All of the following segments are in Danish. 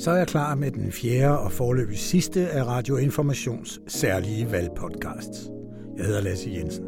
så er jeg klar med den fjerde og foreløbig sidste af Radio Informations særlige valgpodcasts. Jeg hedder Lasse Jensen.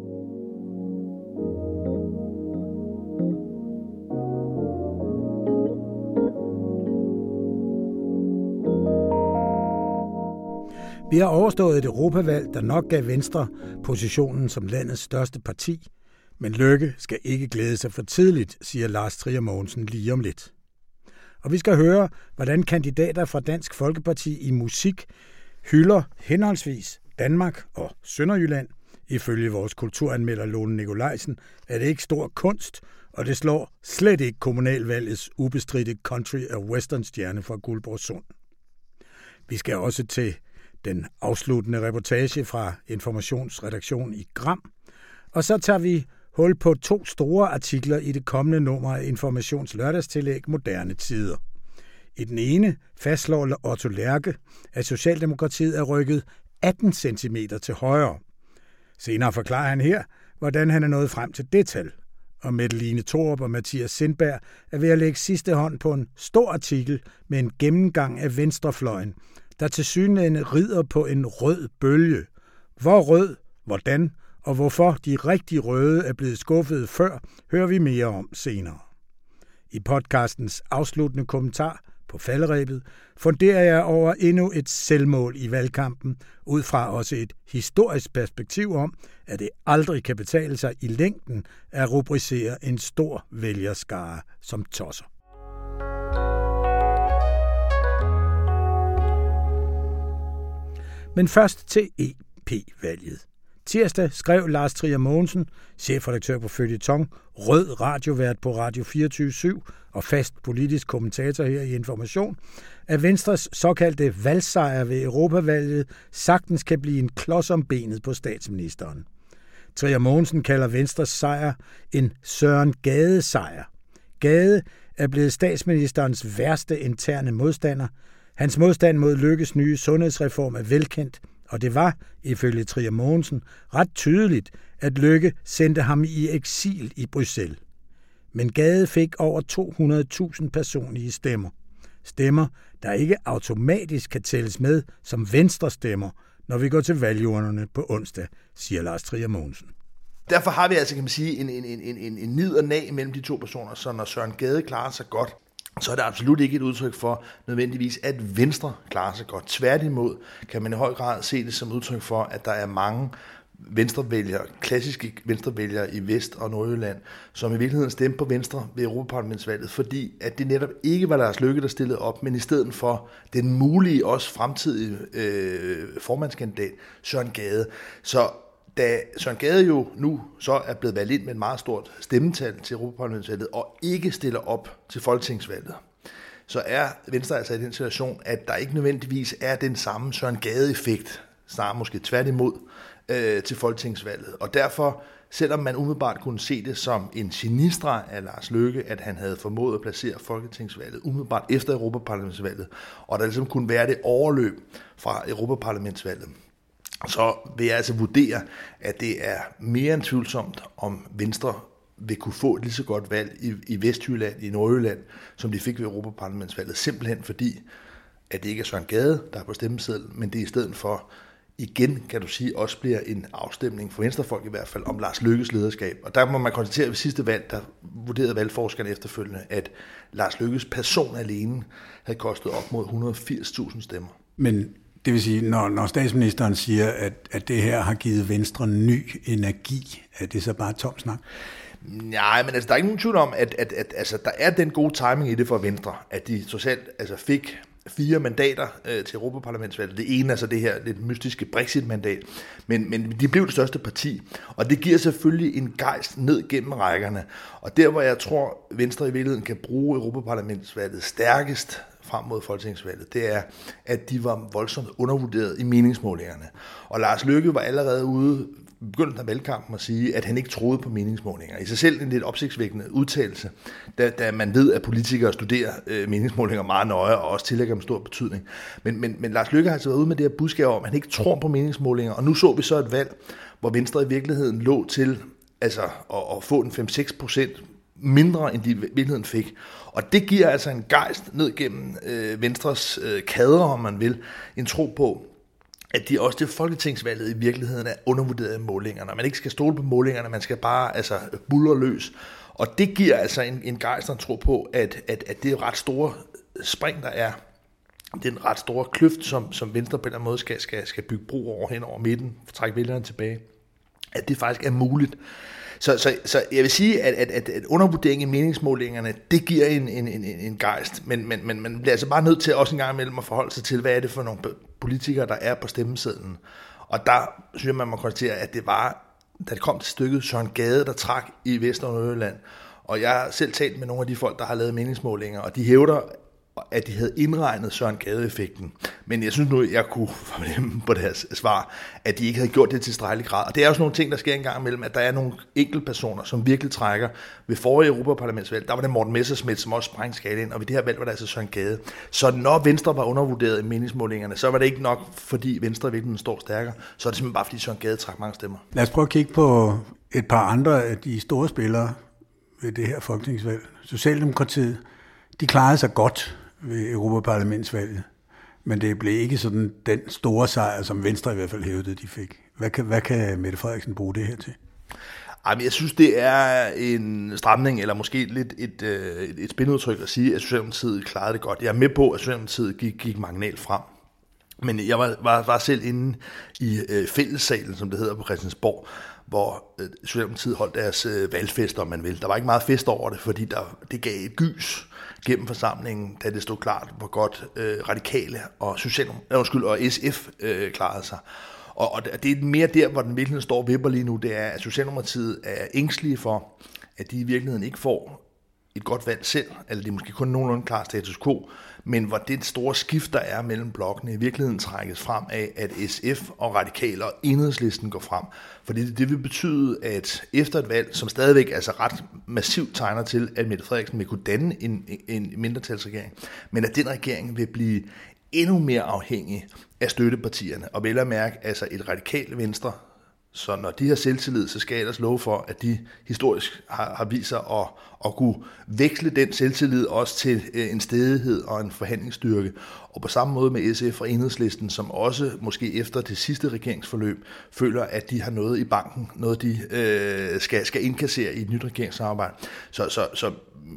Vi har overstået et europavalg, der nok gav Venstre positionen som landets største parti, men Løkke skal ikke glæde sig for tidligt, siger Lars Trier Mogensen lige om lidt. Og vi skal høre, hvordan kandidater fra Dansk Folkeparti i musik hylder henholdsvis Danmark og Sønderjylland. Ifølge vores kulturanmelder Lone Nikolajsen er det ikke stor kunst, og det slår slet ikke kommunalvalgets ubestridte country- og western-stjerne fra Guldborgsund. Vi skal også til den afsluttende reportage fra Informationsredaktionen i Gram, og så tager vi hul på 2 store artikler i det kommende nummer af Informations lørdagstillæg Moderne Tider. I den ene fastslår Otto Lerche, at Socialdemokratiet er rykket 18 cm til højre. Senere forklarer han her, hvordan han er nået frem til det tal. Og Mette Line Thorup og Mathias Sindberg er ved at lægge sidste hånd på en stor artikel med en gennemgang af venstrefløjen, der tilsyneladende rider på en rød bølge. Hvor rød, hvordan og hvorfor de rigtig røde er blevet skuffede før, hører vi mere om senere. I podcastens afsluttende kommentar på falderebet funderer jeg over endnu et selvmål i valgkampen, ud fra også et historisk perspektiv om, at det aldrig kan betale sig i længden at rubricere en stor vælgerskare som tosser. Men først til EP-valget. Tirsdag skrev Lars Trier Mogensen, chefredaktør på Feuilleton, rød radiovært på Radio 24/7 og fast politisk kommentator her i Information, at Venstres såkaldte valgsejr ved Europavalget sagtens kan blive en klods om benet på statsministeren. Trier Mogensen kalder Venstres sejr en Søren Gade-sejr. Gade er blevet statsministerens værste interne modstander. Hans modstand mod Løkkes nye sundhedsreform er velkendt, og det var, ifølge Trier Mogensen, ret tydeligt, at Løkke sendte ham i eksil i Bruxelles. Men Gade fik over 200.000 personlige stemmer. Stemmer, der ikke automatisk kan tælles med som Venstre-stemmer, når vi går til valgurnerne på onsdag, siger Lars Trier Mogensen. Derfor har vi altså, kan man sige, en nid og nag mellem de 2 personer, så når Søren Gade klarer sig godt, så er det absolut ikke et udtryk for nødvendigvis, at Venstre klarer sig godt. Tværtimod kan man i høj grad se det som udtryk for, at der er mange venstrevælgere, klassiske venstrevælgere i Vest- og Nordjylland, som i virkeligheden stemte på Venstre ved Europaparlamentsvalget, fordi at det netop ikke var Lars Løkke, der stillede op, men i stedet for den mulige, også fremtidige formandskandidat, Søren Gade. Så da Søren Gade jo nu så er blevet valgt ind med et meget stort stemmetal til Europaparlamentsvalget og ikke stiller op til folketingsvalget, så er Venstre altså i den situation, at der ikke nødvendigvis er den samme Søren Gade-effekt, snarere måske tværtimod, til folketingsvalget. Og derfor, selvom man umiddelbart kunne se det som en genistreg af Lars Løkke, at han havde formået at placere folketingsvalget umiddelbart efter Europaparlamentsvalget, og der ligesom kunne være det overløb fra Europaparlamentsvalget, så vil jeg altså vurdere, at det er mere end tvivlsomt, om Venstre vil kunne få et lige så godt valg i Vestjylland, i Nordjylland, som de fik ved Europaparlamentsvalget. Simpelthen fordi, at det ikke er Søren Gade, der er på stemmesedlen, men det er i stedet for, igen kan du sige, også bliver en afstemning for venstrefolk i hvert fald, om Lars Løkkes lederskab. Og der må man konstatere, at ved sidste valg, der vurderede valgforskerne efterfølgende, at Lars Løkkes person alene havde kostet op mod 180.000 stemmer. Men det vil sige, når statsministeren siger, at det her har givet Venstre ny energi, er det så bare tom snak? Nej, men altså, der er ikke nogen tvivl om, at altså, der er den gode timing i det for Venstre, at de socialt fik 4 mandater til Europaparlamentsvalget. Det ene er så det her lidt mystiske Brexit-mandat, men de blev det største parti, og det giver selvfølgelig en gejst ned gennem rækkerne. Og der, hvor jeg tror, Venstre i virkeligheden kan bruge Europaparlamentsvalget stærkest frem mod folketingsvalget, det er, at de var voldsomt undervurderet i meningsmålingerne. Og Lars Løkke var allerede ude begyndelsen af valgkampen at sige, at han ikke troede på meningsmålinger. I sig selv en lidt opsigtsvækkende udtalelse, da man ved, at politikere studerer meningsmålinger meget nøje og også tillægger dem stor betydning. Men Lars Løkke har altså været ude med det her budskab om, at han ikke tror på meningsmålinger, og nu så vi så et valg, hvor Venstre i virkeligheden lå til at få en 5-6% mindre, end de i virkeligheden fik. Og det giver altså en gejst ned gennem Venstres kader, om man vil, en tro på, at de også det folketingsvalget i virkeligheden er undervurderet i målingerne. Man ikke skal stole på målingerne, man skal bare buldre løs. Og det giver altså en gejst og en tro på, at det er ret store spring, der er. Det er en ret store kløft, som Venstre på en eller anden måde skal bygge bro over hen over midten, for at trække vælgerne tilbage. At det faktisk er muligt. Så jeg vil sige, at undervurdering i meningsmålingerne, det giver en gejst, men man bliver altså bare nødt til også en gang imellem at forholde sig til, hvad er det for nogle politikere, der er på stemmesedlen. Og der synes jeg, man må konstatere, at det var, da det kom til stykket, Søren Gade, der trak i Vest- og Nordjylland. Og jeg har selv talt med nogle af de folk, der har lavet meningsmålinger, og de hævder, at de havde indregnet Søren Gade-effekten. Men jeg synes nu, jeg kunne fornemme på deres svar, at de ikke havde gjort det til tilstrækkelig grad. Og det er også nogle ting, der sker en gang imellem, at der er nogle enkeltpersoner, som virkelig trækker. Ved forrige Europaparlamentsvalg, der var det Morten Messerschmidt, som også sprængte skalaen, og ved det her valg var det altså Søren Gade. Så når Venstre var undervurderet i meningsmålingerne, så var det ikke nok, fordi Venstre virkelig står stærkere, så er det simpelthen bare, fordi Søren Gade trak mange stemmer. Lad os prøve at kigge på et par andre af de store spillere ved det her folketingsvalg. Socialdemokratiet, de klarede sig godt ved Europaparlamentsvalget, men det blev ikke sådan den store sejr, som Venstre i hvert fald hævdede, de fik. Hvad kan Mette Frederiksen bruge det her til? Jeg synes, det er en stramning, eller måske lidt et spændudtryk at sige, at Socialdemokratiet klarede det godt. Jeg er med på, at Socialdemokratiet gik marginalt frem. Men jeg var selv inde i fællessalen, som det hedder på Christiansborg, hvor Socialdemokratiet holdt deres valgfest, om man vil. Der var ikke meget fest over det, fordi det gav et gys gennem forsamlingen, da det stod klart, hvor godt radikale og SF klarede sig. Og det er mere der, hvor den virkeligheden står og vipper lige nu, det er, at Socialdemokratiet er ængstelige for, at de i virkeligheden ikke får et godt valg selv, eller det er måske kun nogenlunde klar status quo, men hvor det store skift, der er mellem blokkene, i virkeligheden trækkes frem af, at SF og Radikale og Enhedslisten går frem. Fordi det vil betyde, at efter et valg, som stadigvæk altså ret massivt tegner til, at Mette Frederiksen vil kunne danne en mindretalsregering, men at den regering vil blive endnu mere afhængig af støttepartierne, og vel at mærke altså et radikalt Venstre. Så når de har selvtillid, så skal jeg ellers love for, at de historisk har vist sig at kunne veksle den selvtillid også til en stædighed og en forhandlingsstyrke. Og på samme måde med SF og Enhedslisten, som også måske efter det sidste regeringsforløb føler, at de har noget i banken, noget de skal indkassere i et nyt regeringssamarbejde. Så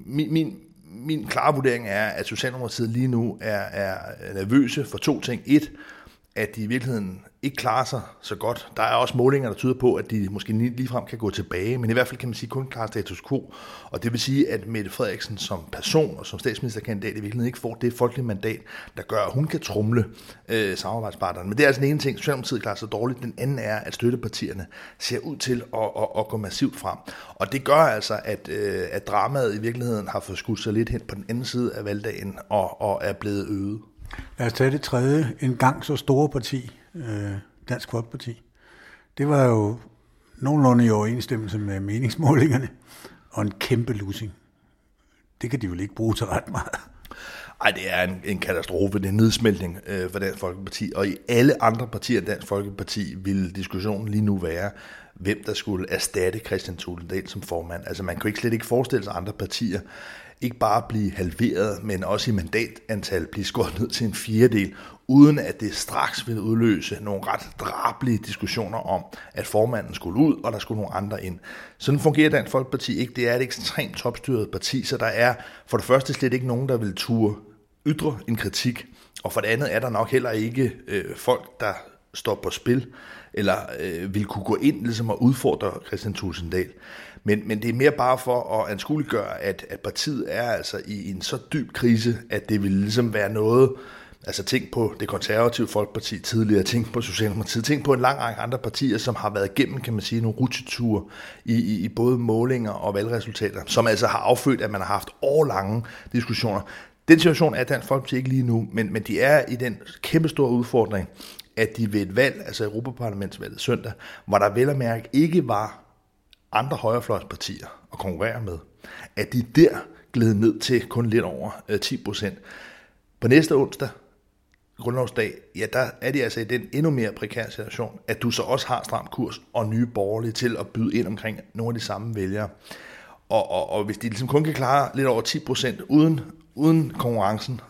min klare vurdering er, at Socialdemokratiet lige nu er nervøse for to ting. Et, at de i virkeligheden ikke klarer sig så godt. Der er også målinger, der tyder på, at de måske ligefrem kan gå tilbage, men i hvert fald kan man sige kun klarer status quo. Og det vil sige, at Mette Frederiksen som person og som statsministerkandidat i virkeligheden ikke får det folkelige mandat, der gør, at hun kan tromle samarbejdspartnerne. Men det er altså den ene ting, Socialdemokratiet klarer sig dårligt. Den anden er, at støttepartierne ser ud til at gå massivt frem. Og det gør altså, at dramaet i virkeligheden har forskudt sig lidt hen på den anden side af valgdagen og er blevet øget. Lad os tage det tredje, en gang så store parti, Dansk Folkeparti. Det var jo nogenlunde i overensstemmelse med meningsmålingerne, og en kæmpe losing. Det kan de vel ikke bruge til ret meget. Ej, det er en katastrofe, det er en nedsmeltning for Dansk Folkeparti, og i alle andre partier af Dansk Folkeparti ville diskussionen lige nu være, hvem der skulle erstatte Kristian Thulesen Dahl som formand. Altså man kan slet ikke forestille sig andre partier, ikke bare blive halveret, men også i mandatantal blive skåret ned til en fjerdedel, uden at det straks ville udløse nogle ret drabelige diskussioner om, at formanden skulle ud, og der skulle nogle andre ind. Sådan fungerer Dansk Folkeparti ikke. Det er et ekstremt topstyret parti, så der er for det første slet ikke nogen, der vil turde ytre en kritik, og for det andet er der nok heller ikke folk, der står på spil, eller vil kunne gå ind ligesom at udfordre Kristian Thulesen Dahl. Men det er mere bare for at anskueliggøre, at partiet er altså i en så dyb krise, at det vil ligesom være noget, altså tænk på det konservative Folkeparti tidligere, tænk på Socialdemokratiet, tænk på en lang række andre partier, som har været igennem, kan man sige, nogle rutsjeture i både målinger og valgresultater, som altså har affødt, at man har haft årlange diskussioner. Den situation er Dansk Folkeparti ikke lige nu, men de er i den kæmpe store udfordring, at de ved et valg, altså Europaparlamentsvalget søndag, hvor der vel at mærke ikke var andre højrefløjspartier at konkurrere med, at de der gled ned til kun lidt over 10%. På næste onsdag, grundlovsdag, ja, der er de altså i den endnu mere prekære situation, at du så også har Stram Kurs og Nye Borgerlige til at byde ind omkring nogle af de samme vælgere. Og hvis de ligesom kun kan klare lidt over 10% uden konkurrencen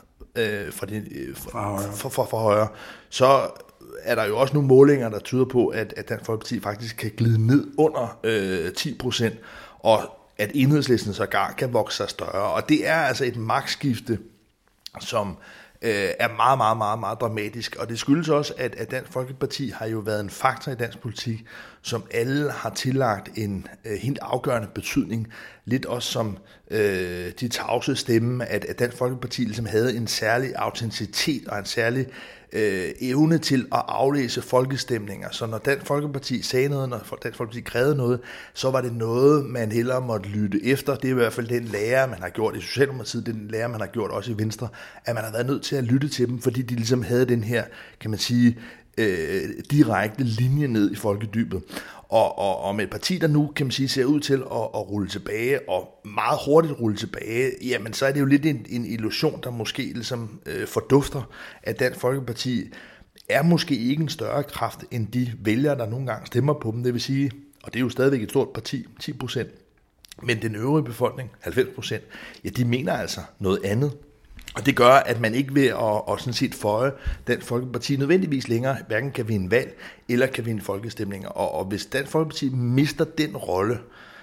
fra højre, så er der jo også nogle målinger, der tyder på, at Dansk Folkeparti faktisk kan glide ned under 10%, og at Enhedslisten sågar kan vokse sig større. Og det er altså et magtskifte, som er meget, meget, meget, meget dramatisk. Og det skyldes også, at Dansk Folkeparti har jo været en faktor i dansk politik, som alle har tillagt en helt afgørende betydning. Lidt også som de tavse stemme, at Dansk Folkeparti ligesom havde en særlig autenticitet og en særlig evne til at aflæse folkestemninger. Så når Dansk Folkeparti sagde noget, når Dansk Folkeparti krævede noget, så var det noget, man hellere måtte lytte efter. Det er i hvert fald den lære, man har gjort i Socialdemokratiet, den lære, man har gjort også i Venstre, at man har været nødt til at lytte til dem, fordi de ligesom havde den her, kan man sige, direkte linje ned i folkedybet. Og med et parti, der nu, kan man sige, ser ud til at rulle tilbage, og meget hurtigt rulle tilbage, jamen så er det jo lidt en illusion, der måske ligesom fordufter, at Dansk Folkeparti er måske ikke en større kraft, end de vælgere, der nogle gange stemmer på dem. Det vil sige, og det er jo stadigvæk et stort parti, 10%, men den øvrige befolkning, 90%, ja, de mener altså noget andet. Og det gør, at man ikke ved at sådan set føje Dansk Folkeparti nødvendigvis længere hverken kan vinde valg eller kan vinde folkestemninger. Og hvis Dansk Folkeparti mister den rolle,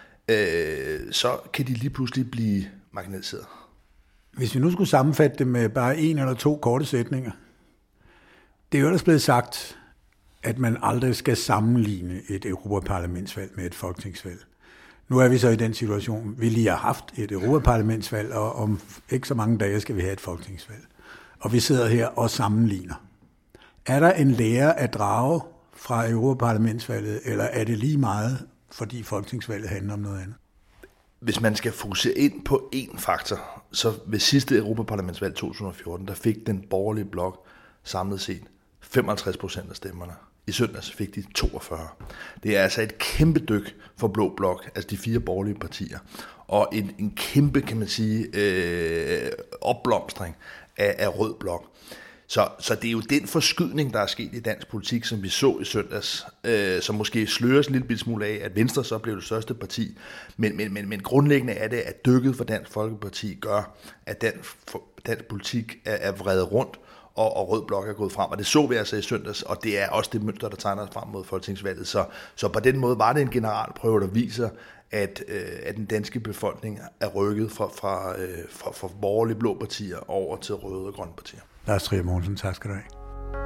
så kan de lige pludselig blive marginaliseret. Hvis vi nu skulle sammenfatte det med bare en eller to korte sætninger. Det er jo ellers blevet sagt, at man aldrig skal sammenligne et europaparlamentsvalg med et folketingsvalg. Nu er vi så i den situation, vi lige har haft et europaparlamentsvalg, og om ikke så mange dage skal vi have et folketingsvalg. Og vi sidder her og sammenligner. Er der en lære at drage fra europaparlamentsvalget, eller er det lige meget, fordi folketingsvalget handler om noget andet? Hvis man skal fokusere ind på én faktor, så ved sidste europaparlamentsvalg 2014, der fik den borgerlige blok samlet set 55% af stemmerne. I søndags fik de 42. Det er altså et kæmpe dyk for Blå Blok, altså de 4 borgerlige partier, og en kæmpe, kan man sige, opblomstring af Rød Blok. Så det er jo den forskydning, der er sket i dansk politik, som vi så i søndags, som måske sløres en lille smule af, at Venstre så blev det største parti. Men grundlæggende er det, at dykket for Dansk Folkeparti gør, at dansk politik er vredet rundt, og Rød Blok er gået frem, og det så vi altså i søndags, og det er også det mønster, der tegner frem mod folketingsvalget. Så på den måde var det en generalprøve, der viser, at den danske befolkning er rykket fra borgerlige blå partier over til røde og grønne partier. Lars Trier Mogensen, tak skal du have.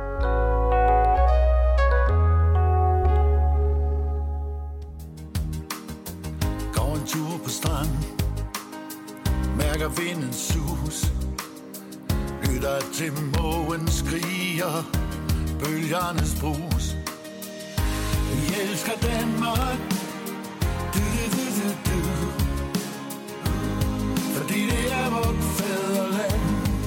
Går en tur på stranden, mærker vindens sus, lytter til mågen skriger, bølgernes brus. Vi elsker Danmark, du, fordi det er vort fædreland.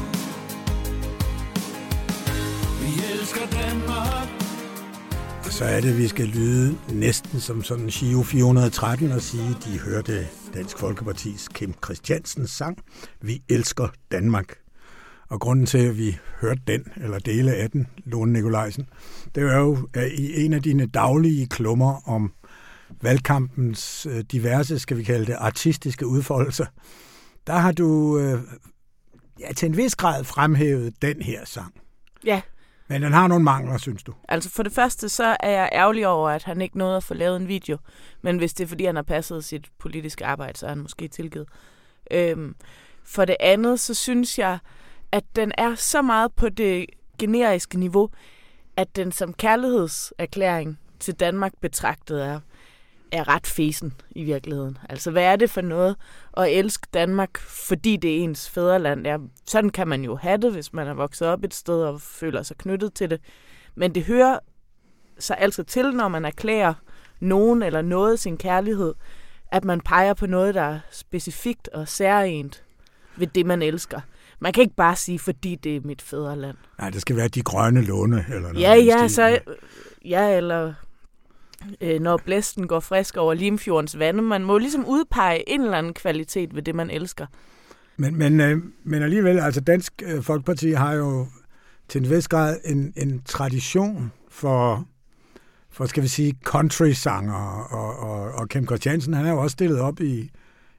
Vi elsker Danmark. Så er det, vi skal lyde næsten som sådan Giro 413 og sige, de hørte Dansk Folkepartis Kim Christiansens sang, Vi elsker Danmark. Og grunden til, at vi hørte den, eller dele af den, Lone Nikolajsen, det er jo i en af dine daglige klummer om valgkampens diverse, skal vi kalde det, artistiske udfoldelser. Der har du til en vis grad fremhævet den her sang. Ja. Men den har nogle mangler, synes du? Altså for det første, så er jeg ærgerlig over, at han ikke nåede at få lavet en video. Men hvis det er, fordi han har passet sit politiske arbejde, så er han måske tilgivet. For det andet, så synes jeg, at den er så meget på det generiske niveau, at den som kærlighedserklæring til Danmark betragtet er ret fesen i virkeligheden. Altså, hvad er det for noget at elske Danmark, fordi det er ens fædreland? Ja, sådan kan man jo have det, hvis man er vokset op et sted og føler sig knyttet til det. Men det hører sig altså til, når man erklærer nogen eller noget sin kærlighed, at man peger på noget, der er specifikt og særligt ved det, man elsker. Man kan ikke bare sige, fordi det er mit fædreland. Nej, det skal være de grønne lunde, eller noget. Eller når blæsten går frisk over Limfjordens vande. Man må ligesom udpege en eller anden kvalitet ved det, man elsker. Men alligevel, altså Dansk Folkeparti har jo til en vis grad en tradition for skal vi sige, country-sanger, og Kim Christiansen, han er jo også stillet op i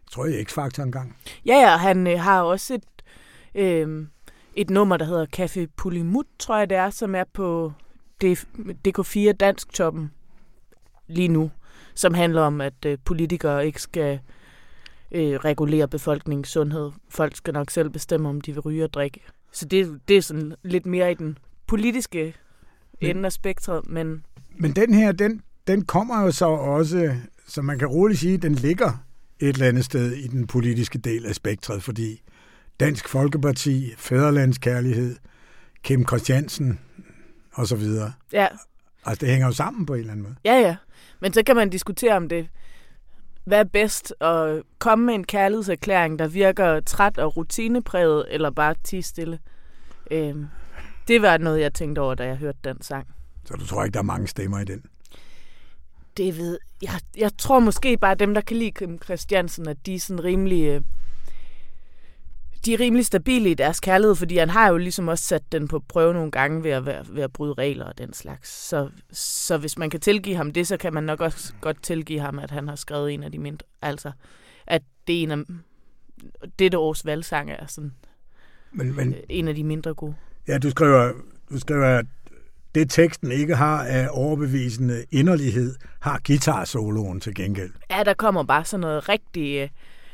tror jeg, X-Factor engang. Ja, han har også et nummer, der hedder Café Pulimut, tror jeg det er, som er på DK4 Dansk-toppen lige nu, som handler om, at politikere ikke skal regulere befolkningens sundhed. Folk skal nok selv bestemme, om de vil ryge og drikke. Så det er sådan lidt mere i den politiske ende af spektret. Men den her, den kommer jo så også, så man kan roligt sige, den ligger et eller andet sted i den politiske del af spektret, fordi Dansk Folkeparti, Fædrelandskærlighed, Kim Christiansen og så videre. Ja. Altså, det hænger jo sammen på en eller anden måde. Ja. Men så kan man diskutere om det. Hvad er bedst? At komme med en kærlighedserklæring, der virker træt og rutinepræget, eller bare tie stille? Det var noget, jeg tænkte over, da jeg hørte den sang. Så du tror ikke, der er mange stemmer i den? Det ved jeg. Tror måske bare, dem, der kan lide Kim Christiansen, at de er sådan rimelig... De er rimelig stabile i deres kærlighed, fordi han har jo ligesom også sat den på prøve nogle gange ved at bryde regler og den slags. Så hvis man kan tilgive ham det, så kan man nok også godt tilgive ham, at han har skrevet en af de mindre. Altså, at det er en af dette års valgsange er sådan men, en af de mindre gode. Ja, du skriver, at det teksten ikke har af overbevisende inderlighed, har guitarsoloen til gengæld. Ja, der kommer bare sådan noget rigtig...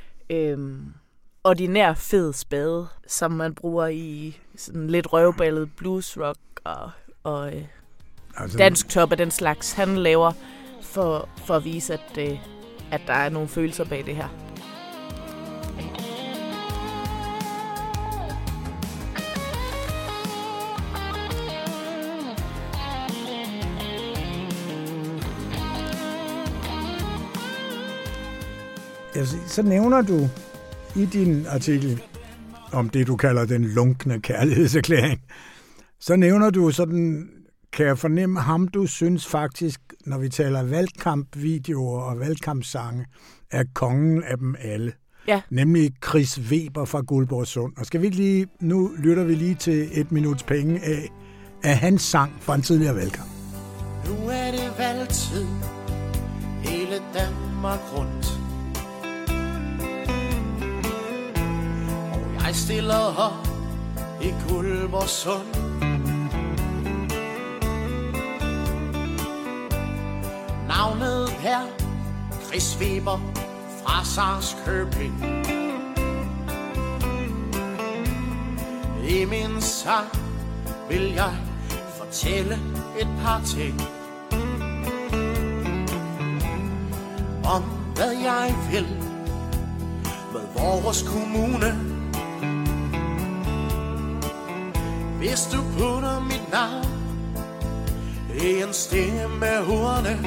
ordinær fed spade, som man bruger i sådan lidt røvballet bluesrock og altså, dansk top af den slags. Han laver for at vise, at der er nogle følelser bag det her. Så nævner du i din artikel om det, du kalder den lunkne kærlighedserklæring, så nævner du sådan, kan jeg fornemme ham, du synes faktisk, når vi taler valgkampvideoer og valgkampsange, er kongen af dem alle. Ja. Nemlig Chris Weber fra Guldborgsund. Og skal vi ikke lige, nu lytter vi lige til 1 minuts penge af hans sang fra en tidligere valgkamp. Nu er det valgtid, hele Danmark rundt. Jeg stiller her i Guldborgsund. Navnet her, Chris Weber fra Sarskøbing. I min sang vil jeg fortælle et par ting om hvad jeg vil med vores kommune. Hvis du putter mit navn i en stemmehurne.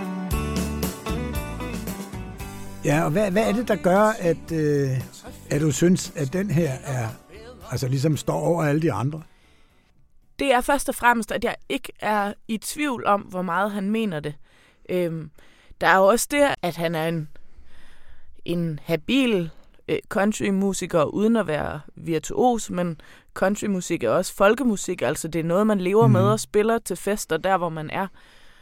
Ja, og hvad er det, der gør, at du synes, at den her er, altså ligesom står over alle de andre? Det er først og fremmest, at jeg ikke er i tvivl om, hvor meget han mener det. Der er jo også det, at han er en habil countrymusiker, uden at være virtuos, men countrymusik er også folkemusik, altså det er noget, man lever med og spiller til fester, der hvor man er.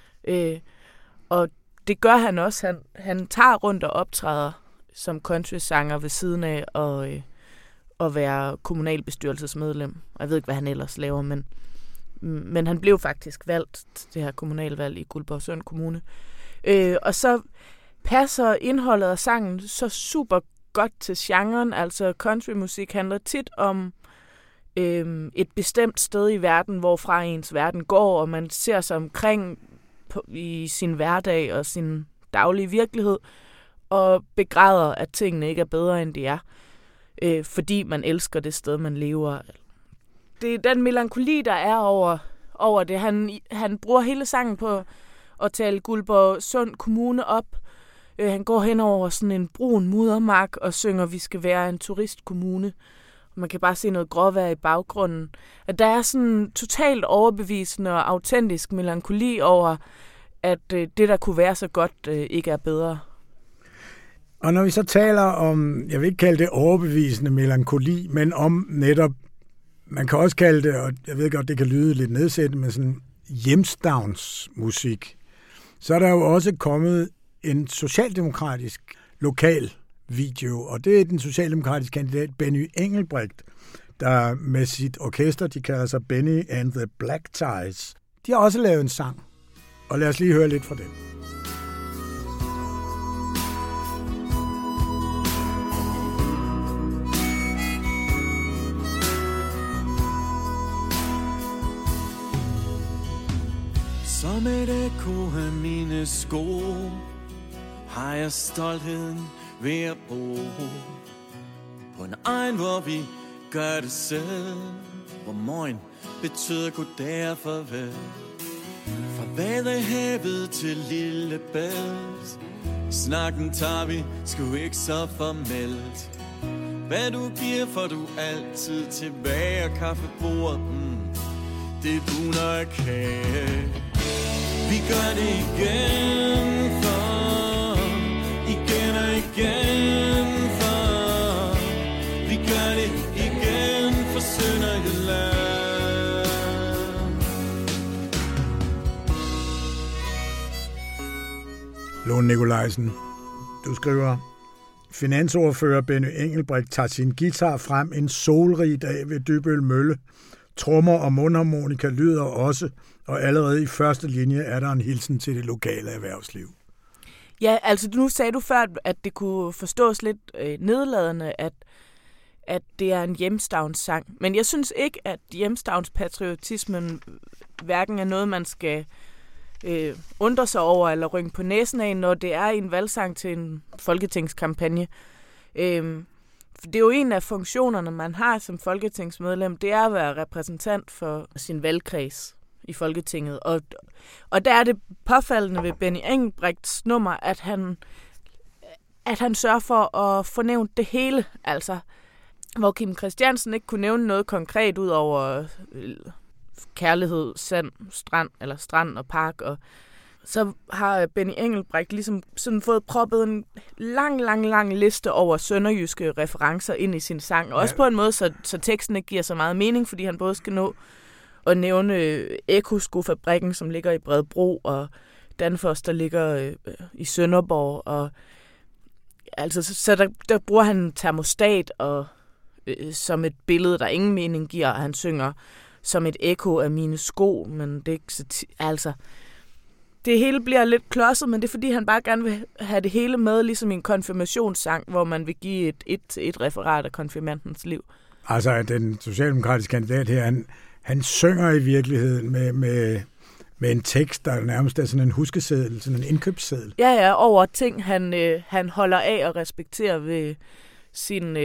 Og det gør han også. Han tager rundt og optræder som countrysanger ved siden af at være kommunalbestyrelsesmedlem. Jeg ved ikke, hvad han ellers laver, men han blev faktisk valgt til det her kommunalvalg i Guldborgsund Kommune. Og så passer indholdet af sangen så super godt til genren. Altså countrymusik handler tit om et bestemt sted i verden, hvorfra ens verden går, og man ser sig omkring i sin hverdag og sin daglige virkelighed, og begræder, at tingene ikke er bedre, end de er, fordi man elsker det sted, man lever. Det er den melankoli, der er over det. Han bruger hele sangen på at tale Guldborgsund Kommune op. Han går hen over sådan en brun muddermark og synger, vi skal være en turistkommune. Man kan bare se noget gråvejr i baggrunden. At der er sådan totalt overbevisende og autentisk melankoli over, at det, der kunne være så godt, ikke er bedre. Og når vi så taler om, jeg vil ikke kalde det overbevisende melankoli, men om netop, man kan også kalde det, og jeg ved godt, det kan lyde lidt nedsættende, men sådan hjemstavnsmusik, så er der jo også kommet en socialdemokratisk lokal video, og det er den socialdemokratiske kandidat Benny Engelbrecht, der med sit orkester, de kalder sig Benny and the Black Ties, de har også lavet en sang. Og lad os lige høre lidt fra den. Som et ekko af mine sko har jeg stoltheden ved at bo på en egen, hvor vi gør det selv, hvor morgen betyder goddag og farvel. Fra Vadehavet til Lillebælt, snakken tager vi sgu ikke så formelt. Hvad du giver, får du altid tilbage, og kaffebordet, det buner af kage. Vi gør det igen for, igen og igen for. Vi gør det igen for Sønderjylland. Lone Nikolajsen, du skriver, finansordfører Benny Engelbrecht tager sin guitar frem en solrig dag ved Dybøl Mølle. Trommer og mundharmonika lyder også, og allerede i første linje er der en hilsen til det lokale erhvervsliv. Ja, altså nu sagde du før, at det kunne forstås lidt nedladende, at det er en hjemstavnssang. Men jeg synes ikke, at hjemstavnspatriotismen hverken er noget, man skal undre sig over eller rynke på næsen af, når det er en valgsang til en folketingskampagne. Det er jo en af funktionerne, man har som folketingsmedlem, det er at være repræsentant for sin valgkreds i Folketinget. Og der er det påfaldende ved Benny Engelbrechts nummer, at han sørger for at få nævnt det hele. Altså, hvor Kim Christiansen ikke kunne nævne noget konkret ud over kærlighed, sand, strand og park. Og så har Benny Engelbrecht ligesom sådan fået proppet en lang liste over sønderjyske referencer ind i sin sang. Også på en måde, så teksten ikke giver så meget mening, fordi han både skal nå at nævne Eko-skofabrikken, som ligger i Bredebro, og Danfoss, der ligger i Sønderborg. Og, altså, så der bruger han termostat og, som et billede, der ingen mening giver, og han synger som et ekko af mine sko, men det er ikke så altså... Det hele bliver lidt klodset, men det er fordi, han bare gerne vil have det hele med, ligesom en konfirmationssang, hvor man vil give et referat af konfirmandens liv. Altså, den socialdemokratiske kandidat her, han synger i virkeligheden med en tekst, der nærmest er sådan en huskeseddel, sådan en indkøbsseddel. Ja, over ting, han holder af og respekterer ved sin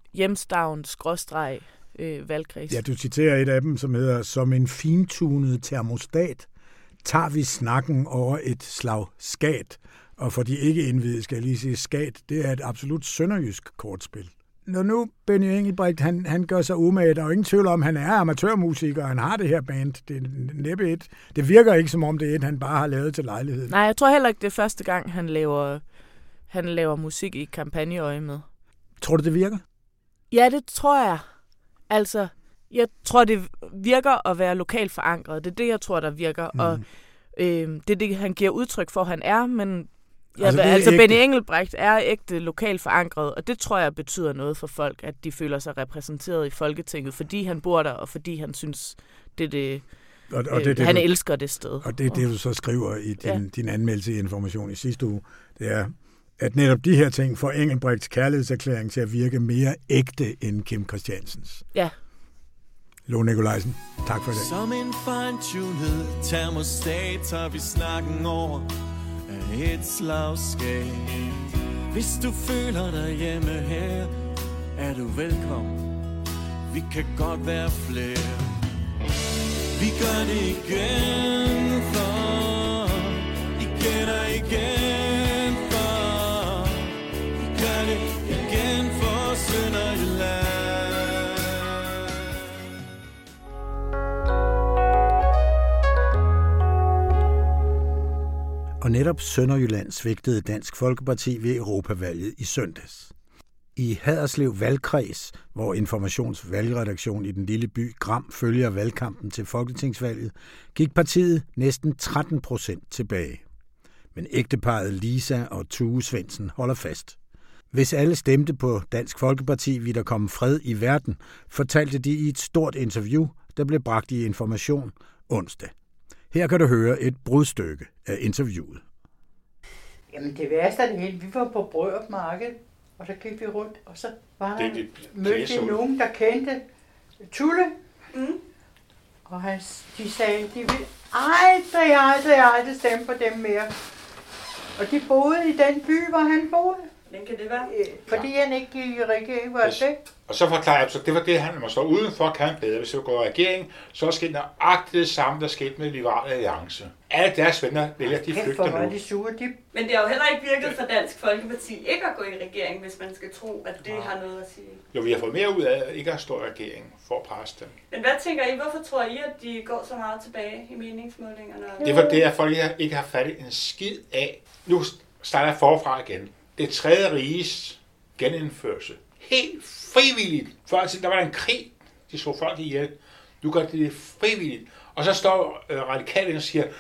hjemstavns-valgkreds. Ja, du citerer et af dem, som hedder, som en fintunet termostat, tager vi snakken over et slag skat. Og for de ikke indvidede skal jeg lige sige, skat, det er et absolut sønderjysk kortspil. Når nu Benny Engelbrecht, han gør sig umage, der er jo ingen tvivl om, han er amatørmusiker, og han har det her band. Det er næppe et. Det virker ikke, som om det er et, han bare har lavet til lejligheden. Nej, jeg tror heller ikke, det er første gang, han laver musik i kampagneøje med. Tror du, det virker? Ja, det tror jeg. Altså, jeg tror, det virker at være lokalt forankret. Det er det, jeg tror, der virker. Og det er det, han giver udtryk for, han er. Men altså Benny Engelbrecht er ægte lokalt forankret, og det tror jeg betyder noget for folk, at de føler sig repræsenteret i Folketinget, fordi han bor der, og fordi han synes, han elsker det sted. Og det er det, du så skriver i din anmeldelse i Information i sidste uge. Det er, at netop de her ting får Engelbrechts kærlighedserklæring til at virke mere ægte end Kim Christiansens. Ja. Lone Nikolajsen, tak for det. Som en fine-tunet termostat tager vi snakken over af et slagskab. Hvis du føler dig hjemme her, er du velkommen. Vi kan godt være flere. Vi gør det igen for, igen og igen for. Vi gør det igen for Sønderjylland. Og netop Sønderjylland svigtede Dansk Folkeparti ved Europavalget i søndags. I Haderslev valgkreds, hvor Informations valgredaktion i den lille by Gram følger valgkampen til folketingsvalget, gik partiet næsten 13% tilbage. Men ægteparret Lisa og Tue Svendsen holder fast. Hvis alle stemte på Dansk Folkeparti, ville der komme fred i verden, fortalte de i et stort interview, der blev bragt i Information onsdag. Her kan du høre et brudstykke af interviewet. Jamen det værste af det hele, vi var på Brørup Marked, og så gik vi rundt, og så var der mødte vi nogen, der kendte Tulle. Og de sagde, de ville aldrig stemme på dem mere. Og de boede i den by, hvor han boede. Hvordan kan det være? Fordi han ikke gik i regering, var det? Og så forklarer jeg, så det var det, han må stå udenfor, kan han bedre. Hvis det går i regering, så er sket nøjagtigt det samme, der skete med Liberal Alliance. Alle deres venner vælger, de flygter nu. De sure, Men det har jo heller ikke virket for Dansk Folkeparti ikke at gå i regering, hvis man skal tro, at det har noget at sige. Jo, vi har fået mere ud af ikke at stå i regering for at presse dem. Men hvad tænker I, hvorfor tror I, at de går så meget tilbage i meningsmålingerne? Det var det, at folk ikke har fattet en skid af. Nu starter jeg forfra igen. Det tredje riges genindførelse. Helt frivilligt. Før der var der en krig, de så folk ihjel. Nu gør det frivilligt. Og så står radikale og siger,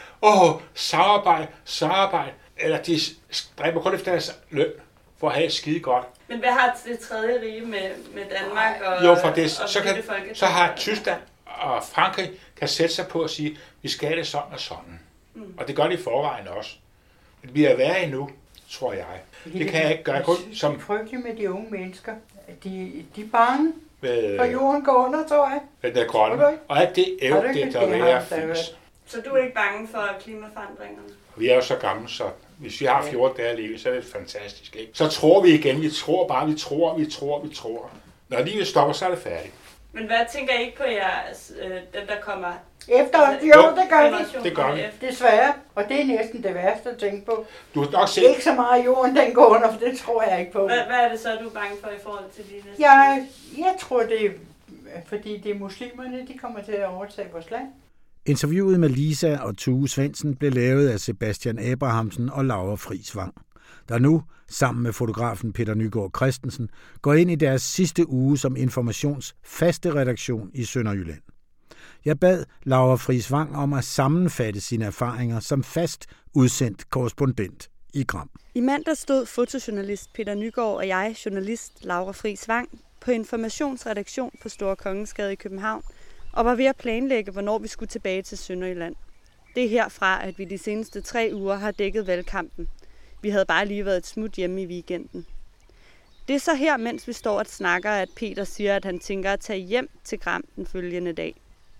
samarbejde. Eller de stræber kun efter deres løn for at have skide godt. Men hvad har det tredje rige med Danmark og jo, for det, og så har Tyskland og Frankrig kan sætte sig på at sige, vi skal have det sådan og sådan. Og det gør de i forvejen også. Det bliver værre endnu, tror jeg. Det kan jeg ikke gøre. Det er frygteligt med de unge mennesker. De er bange, for jorden går under, tror jeg. Den er grønne. Og alt det der er fint. Så du er ikke bange for klimaforandringerne? Vi er jo så gamle, så hvis vi har 14 dage at leve, så er det fantastisk. Ikke? Så tror vi igen. Vi tror bare, vi tror. Når livet stopper, så er det færdigt. Men hvad tænker I ikke på jeres, dem der kommer efter? Jo, det gør vi. Det gør vi. Desværre. Og det er næsten det værste at tænke på. Du har nok set... Ikke så meget jorden, den går under, for det tror jeg ikke på. Hvad er det så, du er bange for i forhold til de næste? Jeg tror, det er, fordi det er muslimerne, de kommer til at overtage vores land. Interviewet med Lisa og Tue Svendsen blev lavet af Sebastian Abrahamsen og Laura Friis Vang, der nu, sammen med fotografen Peter Nygaard Christensen, går ind i deres sidste uge som Informations faste redaktion i Sønderjylland. Jeg bad Laura Friis Vang om at sammenfatte sine erfaringer som fast udsendt korrespondent i Gram. I mandag stod fotojournalist Peter Nygaard og jeg, journalist Laura Friis Vang, på Informationsredaktion på Store Kongensgade i København, og var ved at planlægge, hvornår vi skulle tilbage til Sønderjylland. Det er herfra, at vi de seneste 3 uger har dækket valgkampen. Vi havde bare lige været et smut hjemme i weekenden. Det er så her, mens vi står og snakker, at Peter siger, at han tænker at tage hjem til Gram den følgende dag.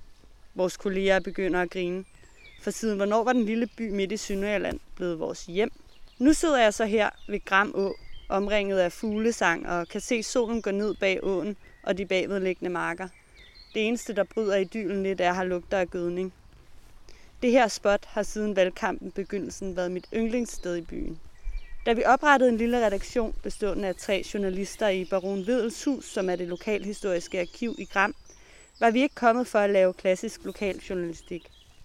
Vores kolleger begynder at grine. For siden hvornår var den lille by midt i Sønderjylland blevet vores hjem? Nu sidder jeg så her ved Gram Å, omringet af fuglesang, og kan se solen gå ned bag åen og de bagvedliggende marker. Det eneste, der bryder idyllen lidt, er, at jeg lugter af gødning. Det her spot har siden valgkampen begyndelsen været mit yndlingssted i byen. Da vi oprettede en lille redaktion bestående af 3 journalister i Baron Wedels hus, som er det lokalhistoriske arkiv i Gram, var vi ikke kommet for at lave klassisk lokaljournalistik.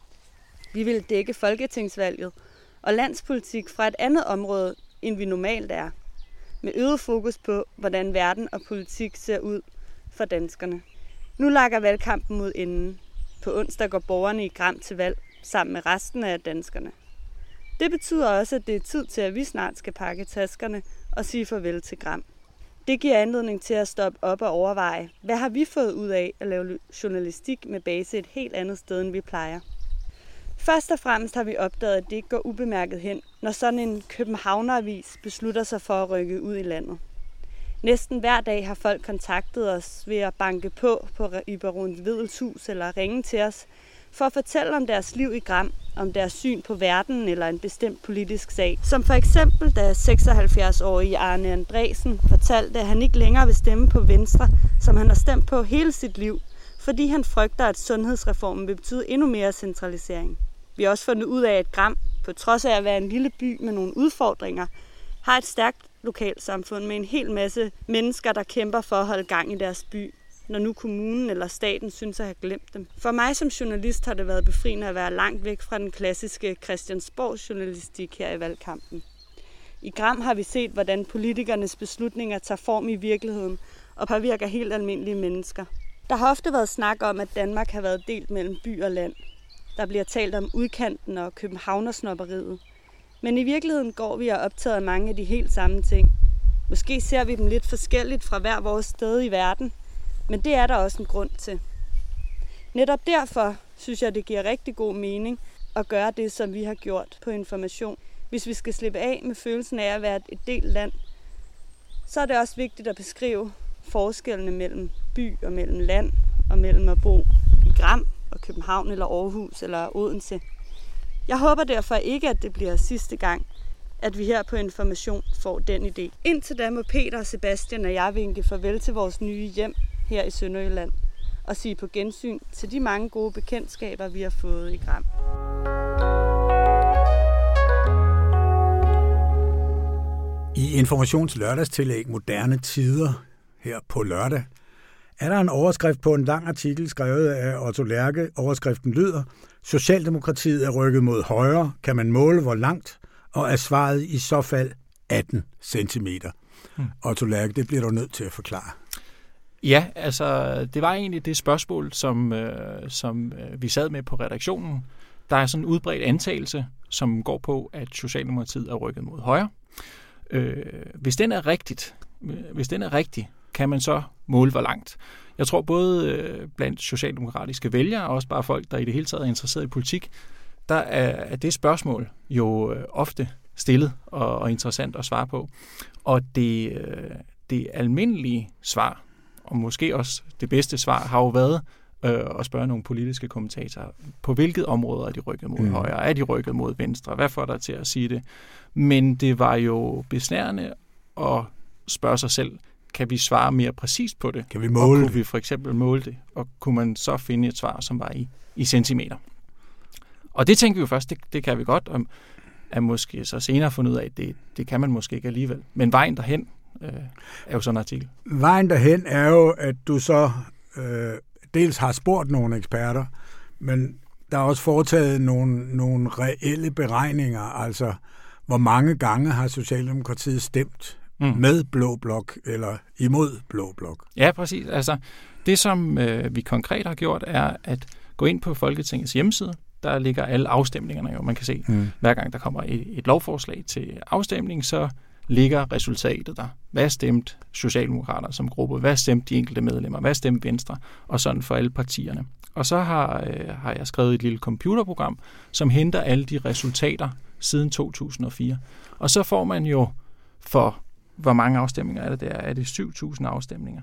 Vi ville dække folketingsvalget og landspolitik fra et andet område, end vi normalt er, med øget fokus på, hvordan verden og politik ser ud for danskerne. Nu lakker valgkampen mod enden. På onsdag går borgerne i Gram til valg sammen med resten af danskerne. Det betyder også, at det er tid til, at vi snart skal pakke taskerne og sige farvel til Gram. Det giver anledning til at stoppe op og overveje, hvad har vi fået ud af at lave journalistik med base et helt andet sted, end vi plejer. Først og fremmest har vi opdaget, at det ikke går ubemærket hen, når sådan en københavneravis beslutter sig for at rykke ud i landet. Næsten hver dag har folk kontaktet os ved at banke på i Baron Wedels hus eller ringe til os, for at fortælle om deres liv i Gram, om deres syn på verden eller en bestemt politisk sag. Som for eksempel, da 76-årige Arne Andresen fortalte, at han ikke længere vil stemme på Venstre, som han har stemt på hele sit liv, fordi han frygter, at sundhedsreformen vil betyde endnu mere centralisering. Vi har også fundet ud af, at Gram, på trods af at være en lille by med nogle udfordringer, har et stærkt lokalsamfund med en hel masse mennesker, der kæmper for at holde gang i deres by, når nu kommunen eller staten synes at have glemt dem. For mig som journalist har det været befriende at være langt væk fra den klassiske Christiansborg-journalistik her i valgkampen. I Gram har vi set, hvordan politikernes beslutninger tager form i virkeligheden og påvirker helt almindelige mennesker. Der har ofte været snak om, at Danmark har været delt mellem by og land. Der bliver talt om udkanten og københavnersnobberiet. Men i virkeligheden går vi og optager mange af de helt samme ting. Måske ser vi dem lidt forskelligt fra hver vores sted i verden, men det er der også en grund til. Netop derfor synes jeg, det giver rigtig god mening at gøre det, som vi har gjort på Information. Hvis vi skal slippe af med følelsen af at være et delt land, så er det også vigtigt at beskrive forskellene mellem by og mellem land, og mellem at bo i Gram og København eller Aarhus eller Odense. Jeg håber derfor ikke, at det bliver sidste gang, at vi her på Information får den idé. Indtil da må Peter, Sebastian og jeg vinke farvel til vores nye hjem her i Sønderjylland og sige på gensyn til de mange gode bekendtskaber, vi har fået i Gram. I Informations lørdagstillæg Moderne Tider her på lørdag er der en overskrift på en lang artikel skrevet af Otto Lerche. Overskriften lyder: Socialdemokratiet er rykket mod højre. Kan man måle hvor langt? Og er svaret i så fald 18 centimeter. Otto Lerche, det bliver du nødt til at forklare. Ja, altså det var egentlig det spørgsmål, som vi sad med på redaktionen. Der er sådan en udbredt antagelse, som går på, at Socialdemokratiet er rykket mod højre. Hvis den er rigtig, kan man så måle hvor langt. Jeg tror både blandt socialdemokratiske vælgere og også bare folk, der i det hele taget er interesseret i politik, der er det spørgsmål jo ofte stillet og interessant at svare på. Og det almindelige svar, og måske også det bedste svar, har jo været at spørge nogle politiske kommentatorer, på hvilket område er de rykket mod højre? Er de rykket mod venstre? Hvad får der til at sige det? Men det var jo besnærende at spørge sig selv, kan vi svare mere præcist på det? Kan vi måle det? Kunne vi for eksempel måle det? Og kunne man så finde et svar, som var i centimeter? Og det tænkte vi jo først, det kan vi godt, og er måske så senere fundet ud af, at det kan man måske ikke alligevel. Men vejen derhen er jo sådan en artikel. Vejen derhen er jo, at du så dels har spurgt nogle eksperter, men der er også foretaget nogle reelle beregninger, altså hvor mange gange har Socialdemokratiet stemt med Blå Blok eller imod Blå Blok. Ja, præcis. Altså, det, som vi konkret har gjort, er at gå ind på Folketingets hjemmeside. Der ligger alle afstemningerne jo. Man kan se, hver gang der kommer et lovforslag til afstemning, så ligger resultatet der. Hvad stemte Socialdemokrater som gruppe? Hvad stemte de enkelte medlemmer? Hvad stemte Venstre? Og sådan for alle partierne. Og så har jeg skrevet et lille computerprogram, som henter alle de resultater siden 2004. Og så får man jo for, hvor mange afstemninger er det der? Er det 7.000 afstemninger?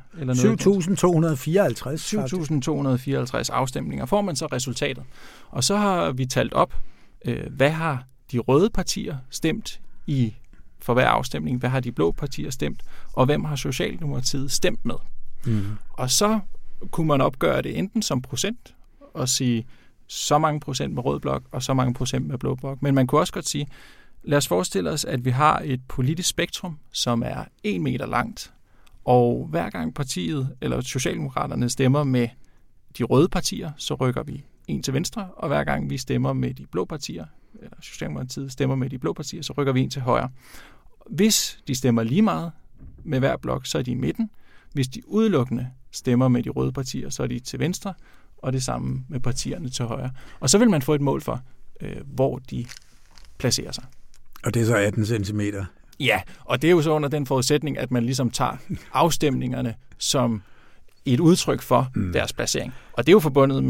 7.254. 7.254 afstemninger får man så resultatet. Og så har vi talt op, hvad har de røde partier stemt for hver afstemning? Hvad har de blå partier stemt? Og hvem har Socialdemokratiet stemt med? Og så kunne man opgøre det enten som procent og sige så mange procent med rød blok og så mange procent med blå blok. Men man kunne også godt sige, lad os forestille os, at vi har et politisk spektrum, som er 1 meter langt, og hver gang partiet eller Socialdemokraterne stemmer med de røde partier, så rykker vi en til venstre, og hver gang vi stemmer med de blå partier, eller Socialdemokratiet stemmer med de blå partier, så rykker vi en til højre. Hvis de stemmer lige meget med hver blok, så er de i midten. Hvis de udelukkende stemmer med de røde partier, så er de til venstre, og det samme med partierne til højre. Og så vil man få et mål for, hvor de placerer sig. Og det er så 18 centimeter? Ja, og det er jo så under den forudsætning, at man ligesom tager afstemningerne som et udtryk for deres placering. Og det er jo forbundet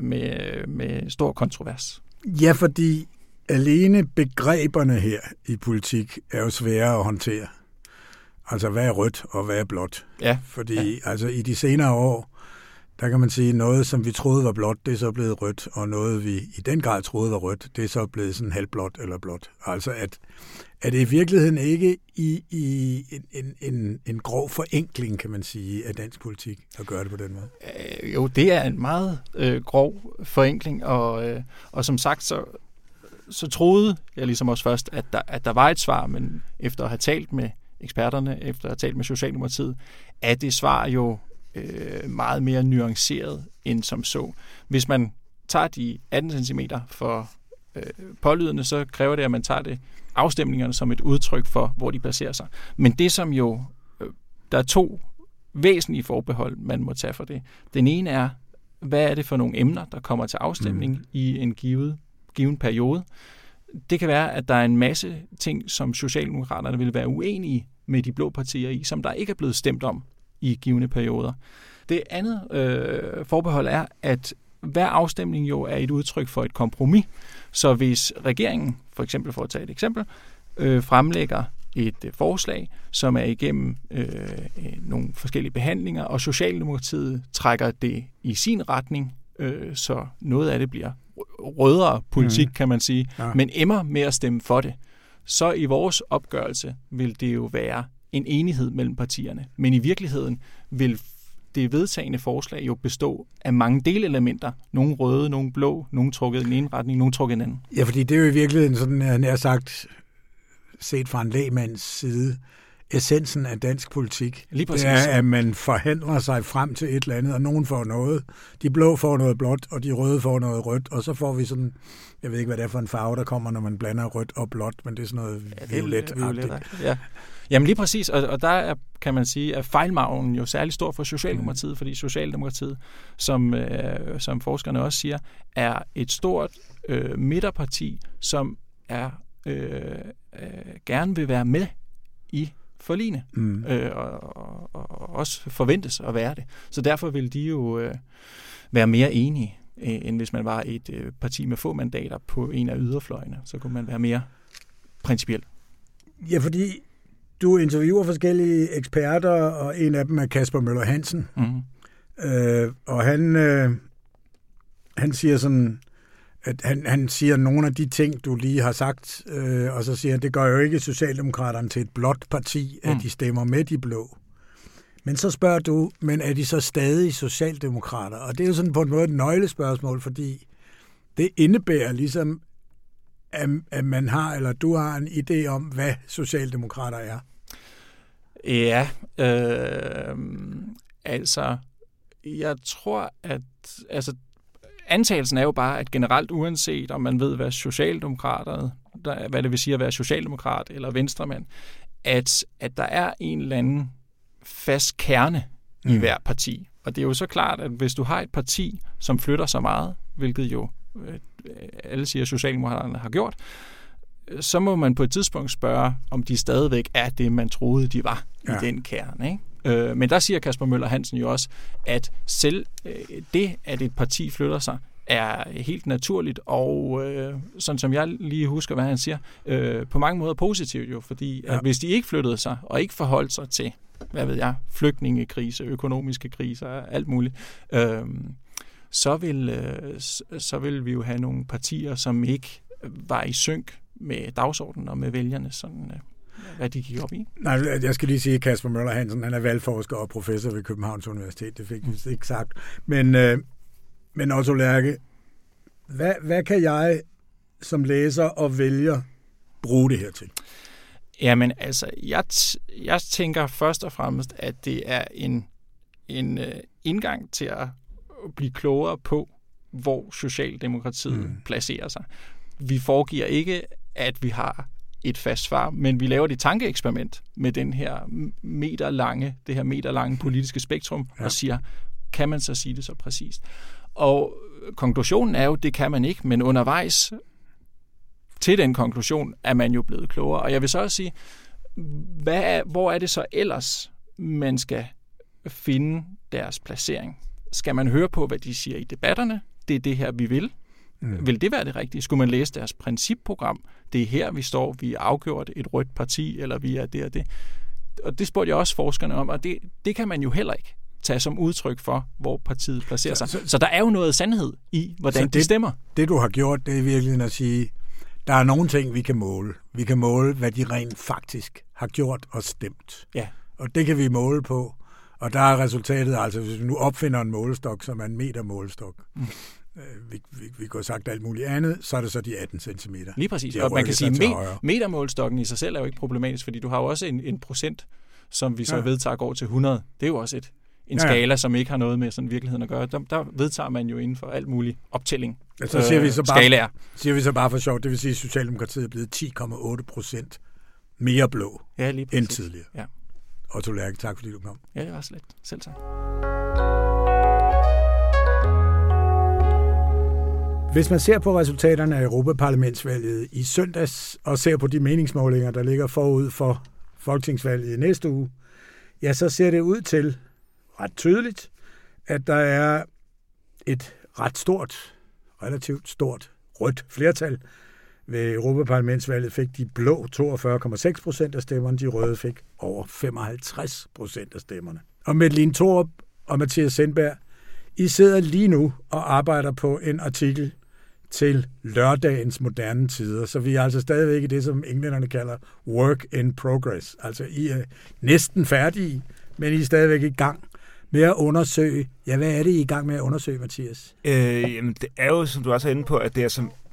med stor kontrovers. Ja, fordi alene begreberne her i politik er jo svære at håndtere. Altså, hvad er rødt og hvad er blåt? Ja. Fordi altså i de senere år, der kan man sige, noget, som vi troede var blåt, det er så blevet rødt, og noget, vi i den grad troede var rødt, det er så blevet sådan halvblåt eller blåt. Altså, at det i virkeligheden ikke i en grov forenkling, kan man sige, af dansk politik at gøre det på den måde? Jo, det er en meget grov forenkling, og som sagt, så troede jeg ligesom også først, at der var et svar, men efter at have talt med eksperterne, efter at have talt med Socialdemokratiet, er det svar jo meget mere nuanceret end som så. Hvis man tager de 18 cm for pålydende, så kræver det, at man tager det afstemningerne som et udtryk for, hvor de placerer sig. Men det som jo, der er 2 væsentlige forbehold, man må tage for det. Den ene er, hvad er det for nogle emner, der kommer til afstemning i en given periode. Det kan være, at der er en masse ting, som Socialdemokraterne vil være uenige med de blå partier i, som der ikke er blevet stemt om i givne perioder. Det andet forbehold er, at hver afstemning jo er et udtryk for et kompromis. Så hvis regeringen, for eksempel for at tage et eksempel, fremlægger et forslag, som er igennem nogle forskellige behandlinger, og Socialdemokratiet trækker det i sin retning, så noget af det bliver rødere politik, kan man sige, men emmer med at stemme for det. Så i vores opgørelse vil det jo være en enighed mellem partierne. Men i virkeligheden vil det vedtagende forslag jo bestå af mange delelementer. Nogle røde, nogle blå, nogle trukket i den ene retning, nogle trukket i den anden. Ja, fordi det er jo i virkeligheden sådan, nær sagt, set fra en lægmands side, essensen af dansk politik. Lige præcis. Det er, at man forhandler sig frem til et eller andet, og nogen får noget. De blå får noget blåt, og de røde får noget rødt, og så får vi sådan, jeg ved ikke, hvad det er for en farve, der kommer, når man blander rødt og blåt, men det er sådan noget violet-agtigt. Ja. Jamen lige præcis, og der er, kan man sige, at fejlmargen jo særlig stor for Socialdemokratiet, fordi Socialdemokratiet, som forskerne også siger, er et stort midterparti, som er gerne vil være med i forligene, og også forventes at være det. Så derfor vil de jo være mere enige, end hvis man var et parti med få mandater på en af yderfløjene. Så kunne man være mere principiel. Ja, fordi du interviewer forskellige eksperter, og en af dem er Kasper Møller Hansen. Og han siger sådan, at han siger nogle af de ting, du lige har sagt, og så siger han, det gør jo ikke Socialdemokraterne til et blåt parti, at de stemmer med de blå. Men så spørger du, men er de så stadig socialdemokrater? Og det er jo sådan på en måde et nøglespørgsmål, fordi det indebærer ligesom, at man har, eller du har en idé om, hvad socialdemokrater er. Ja, altså, jeg tror, at antagelsen er jo bare, at generelt uanset om man ved, hvad socialdemokraterne, hvad det vil sige at være socialdemokrat eller venstremand, at der er en eller anden fast kerne i hver parti. Og det er jo så klart, at hvis du har et parti, som flytter så meget, hvilket jo alle siger, at Socialdemokraterne har gjort, så må man på et tidspunkt spørge, om de stadigvæk er det, man troede, de var i den kerne, ikke? Men der siger Kasper Møller Hansen jo også, at selv det, at et parti flytter sig, er helt naturligt, og sådan som jeg lige husker, hvad han siger, på mange måder positivt jo, fordi at hvis de ikke flyttede sig, og ikke forholdt sig til, hvad ved jeg, flygtningekrise, økonomiske kriser, alt muligt, så vil vi jo have nogle partier, som ikke var i synk med dagsordenen og med vælgerne, sådan hvad de gik op i. Nej, jeg skal lige sige, at Kasper Møller Hansen, han er valgforsker og professor ved Københavns Universitet, det fik vi ikke sagt. Men Otto Lerche, hvad kan jeg som læser og vælger bruge det her til? Jamen altså, jeg tænker først og fremmest, at det er en indgang til at blive klogere på, hvor Socialdemokratiet placerer sig. Vi foregiver ikke, at vi har et fast svar, men vi laver et tankeeksperiment med det her meterlange politiske spektrum, og siger, kan man så sige det så præcist? Og konklusionen er jo, det kan man ikke, men undervejs til den konklusion er man jo blevet klogere. Og jeg vil så også sige, hvor er det så ellers, man skal finde deres placering? Skal man høre på, hvad de siger i debatterne? Det er det her, vi vil. Vil det være det rigtige? Skulle man læse deres principprogram? Det er her, vi står. Vi er afgjort et rødt parti, eller vi er det og det. Og det spurgte jeg også forskerne om, og det kan man jo heller ikke tage som udtryk for, hvor partiet placerer sig. Så der er jo noget sandhed i, hvordan de stemmer. Det, du har gjort, det er virkelig at sige, der er nogle ting, vi kan måle. Vi kan måle, hvad de rent faktisk har gjort og stemt. Ja. Og det kan vi måle på. Og der er resultatet, altså hvis vi nu opfinder en målestok, som er en metermålestok, vi kunne have sagt alt muligt andet, så er det så de 18 cm. Lige præcis. Og man kan sige, metermålestokken i sig selv er jo ikke problematisk, fordi du har jo også en procent, som vi så vedtager går til 100. Det er jo også en skala, som ikke har noget med sådan virkeligheden at gøre. Der vedtager man jo inden for alt muligt optælling. Så siger vi så bare for sjovt, det vil sige, at Socialdemokratiet er blevet 10,8% mere blå end tidligere. Ja. Otto Lerche, tak fordi du kom. Ja, det var slet. Selv tak. Hvis man ser på resultaterne af Europaparlamentsvalget i søndags, og ser på de meningsmålinger, der ligger forud for folketingsvalget i næste uge, ja, så ser det ud til ret tydeligt, at der er et relativt stort rødt flertal. Ved Europaparlamentsvalget fik de blå 42,6% af stemmerne, de røde fik over 55% af stemmerne. Og Mette Thorup og Mathias Sindberg, I sidder lige nu og arbejder på en artikel til lørdagens moderne tider, så vi er altså stadigvæk i det, som englænderne kalder work in progress. Altså I er næsten færdige, men I er stadigvæk i gang med at undersøge. Ja, hvad er det, I er i gang med at undersøge, Mathias? Jamen, det er jo, som du også er inde på, at det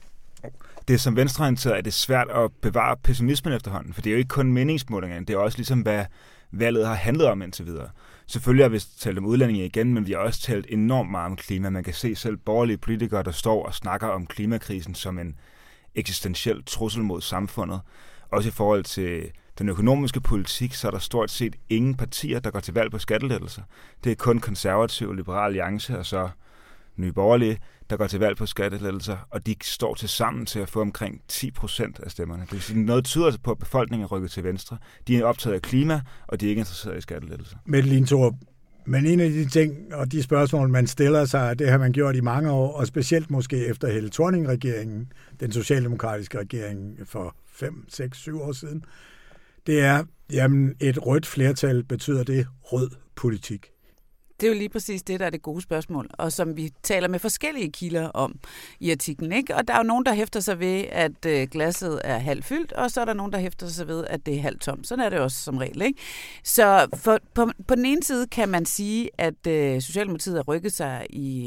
er som venstreorienteret, at det er svært at bevare pessimismen efterhånden, for det er jo ikke kun meningsmålingerne, det er også ligesom, hvad valget har handlet om indtil videre. Selvfølgelig har vi talt om udlændinge igen, men vi har også talt enormt meget om klima. Man kan se selv borgerlige politikere, der står og snakker om klimakrisen som en eksistentiel trussel mod samfundet. Også i forhold til den økonomiske politik, så er der stort set ingen partier, der går til valg på skattelettelser. Det er kun Konservative, Liberal Alliance og så Nye Borgerlige, der går til valg på skattelettelser, og de står til sammen til at få omkring 10% af stemmerne. Det vil sige, noget tyder på, at befolkningen er rykket til venstre. De er optaget af klima, og de er ikke interesseret i skattelettelser. Mette Thorup, men en af de ting og de spørgsmål, man stiller sig, det har man gjort i mange år, og specielt måske efter Helle Thorning-regeringen, den socialdemokratiske regering for 5, 6, 7 år siden, det er, jamen et rødt flertal, betyder det rød politik? Det er jo lige præcis det, der er det gode spørgsmål, og som vi taler med forskellige kilder om i artiklen, ikke? Og der er jo nogen, der hæfter sig ved, at glasset er halvt fyldt, og så er der nogen, der hæfter sig ved, at det er halvt tomt. Sådan er det også som regel, ikke? Så på den ene side kan man sige, at Socialdemokratiet har rykket sig i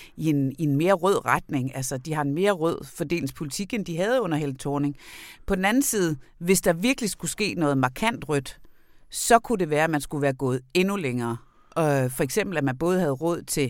en mere rød retning. Altså, de har en mere rød fordelingspolitik, end de havde under Helle Thorning. På den anden side, hvis der virkelig skulle ske noget markant rødt, så kunne det være, at man skulle være gået endnu længere. For eksempel, at man både havde råd til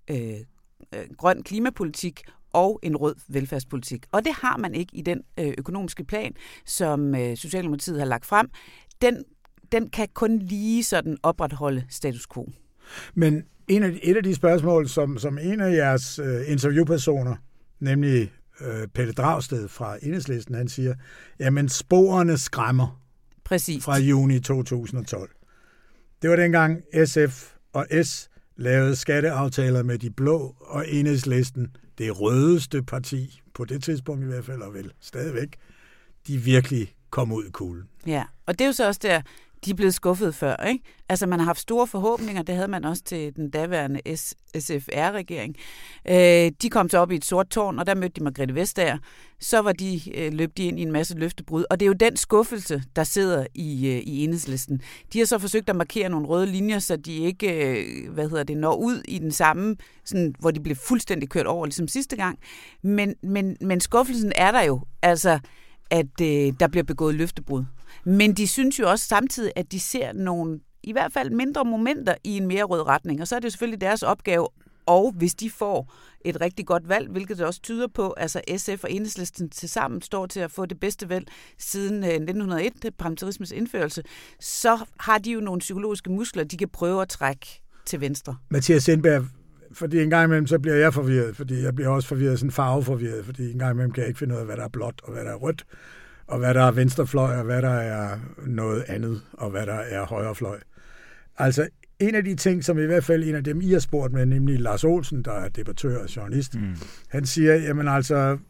grøn klimapolitik og en rød velfærdspolitik. Og det har man ikke i den økonomiske plan, som Socialdemokratiet har lagt frem. Den kan kun lige sådan opretholde status quo. Men et af de spørgsmål, som en af jeres interviewpersoner, nemlig Pelle Dragsted fra Enhedslisten, han siger, jamen sporene skræmmer. Præcis. Fra juni 2012. Det var dengang SF og S lavede skatteaftaler med de blå, og Enhedslisten, det rødeste parti, på det tidspunkt i hvert fald, og vel stadigvæk, de virkelig kom ud i kuglen. Ja, og det er jo så også der, de er blevet skuffet før, ikke? Altså, man har haft store forhåbninger, det havde man også til den daværende SFR-regering. De kom så op i et sort tårn, og der mødte de Margrethe Vestager. Så var løb de ind i en masse løftebrud, og det er jo den skuffelse, der sidder i Enhedslisten. De har så forsøgt at markere nogle røde linjer, så de ikke, når ud i den samme, sådan, hvor de blev fuldstændig kørt over, ligesom sidste gang. Men skuffelsen er der jo, altså, at der bliver begået løftebrud. Men de synes jo også samtidig, at de ser nogle, i hvert fald mindre momenter i en mere rød retning. Og så er det selvfølgelig deres opgave, og hvis de får et rigtig godt valg, hvilket det også tyder på, altså SF og Enhedslisten tilsammen står til at få det bedste valg siden 1901, parlamentarismens indførelse, så har de jo nogle psykologiske muskler, de kan prøve at trække til venstre. Mathias Sindberg, fordi en gang imellem, så bliver jeg forvirret, fordi jeg bliver også forvirret, sådan farveforvirret, fordi en gang imellem kan jeg ikke finde ud af, hvad der er blåt og hvad der er rødt, og hvad der er venstrefløj, og hvad der er noget andet, og hvad der er højrefløj. Altså, en af de ting, som i hvert fald en af dem, I har spurgt med, nemlig Lars Olsen, der er debattør og journalist, han siger, jamen altså,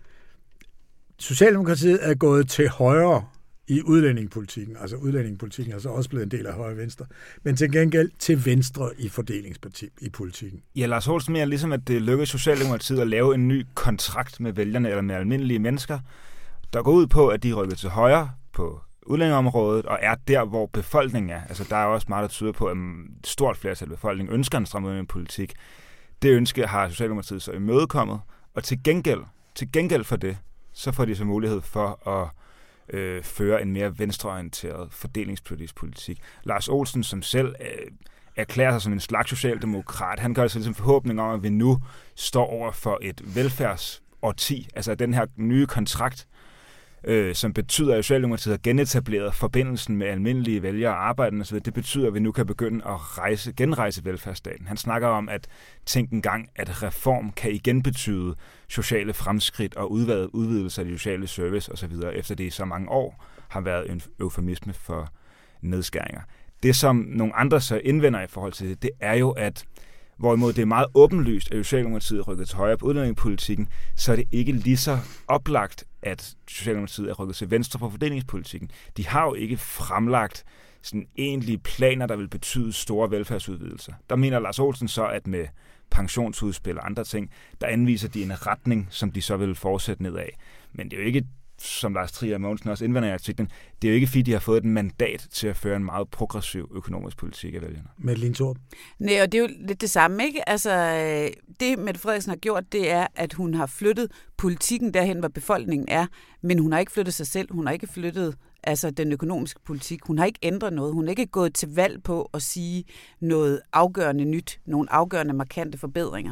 Socialdemokratiet er gået til højre i udlændingepolitikken. Altså udlændingepolitikken er så også blevet en del af højre og venstre, men til gengæld til venstre i fordelingspolitikken. Ja, Lars Olsen mener ligesom, at det lykkedes Socialdemokratiet at lave en ny kontrakt med vælgerne eller med almindelige mennesker, der går ud på, at de rykker til højre på udlændingeområdet og er der, hvor befolkningen er. Altså, der er også meget, der tyder på, at et stort flertal af befolkningen ønsker en stram udlændingepolitik. Det ønske har Socialdemokratiet så imødekommet, og til gengæld for det, så får de så mulighed for at føre en mere venstreorienteret fordelingspolitisk politik. Lars Olsen, som selv erklærer sig som en slags socialdemokrat, han gør sig ligesom forhåbning om, at vi nu står over for et velfærdsårti, altså den her nye kontrakt, som betyder, at Socialdemokratiet har genetableret forbindelsen med almindelige vælgere og arbejderne osv. Det betyder, at vi nu kan begynde at genrejse velfærdsstaten. Han snakker om, at tænke engang, at reform kan igen betyde sociale fremskridt og udvidelse af de sociale service osv., efter det i så mange år har været en eufemisme for nedskæringer. Det, som nogle andre så indvender i forhold til det er jo, at hvorimod det er meget åbenlyst, at Socialdemokratiet er rykket til højre på udlændingepolitikken, så er det ikke lige så oplagt, at Socialdemokratiet er rykket til venstre på fordelingspolitikken. De har jo ikke fremlagt sådan egentlige planer, der vil betyde store velfærdsudvidelser. Der mener Lars Olsen så, at med pensionsudspil og andre ting, der anviser de en retning, som de så vil fortsætte nedad. Men det er jo ikke, som Lars Trier Mogensen også indvender i artiklen, det er jo ikke, fordi de har fået et mandat til at føre en meget progressiv økonomisk politik af vælgerne. Madeleine Thorup. Nej, og det er jo lidt det samme, ikke? Altså, det Mette Frederiksen har gjort, det er, at hun har flyttet politikken derhen, hvor befolkningen er, men hun har ikke flyttet sig selv, hun har ikke flyttet den økonomiske politik. Hun har ikke ændret noget. Hun er ikke gået til valg på at sige noget afgørende nyt, nogle afgørende markante forbedringer.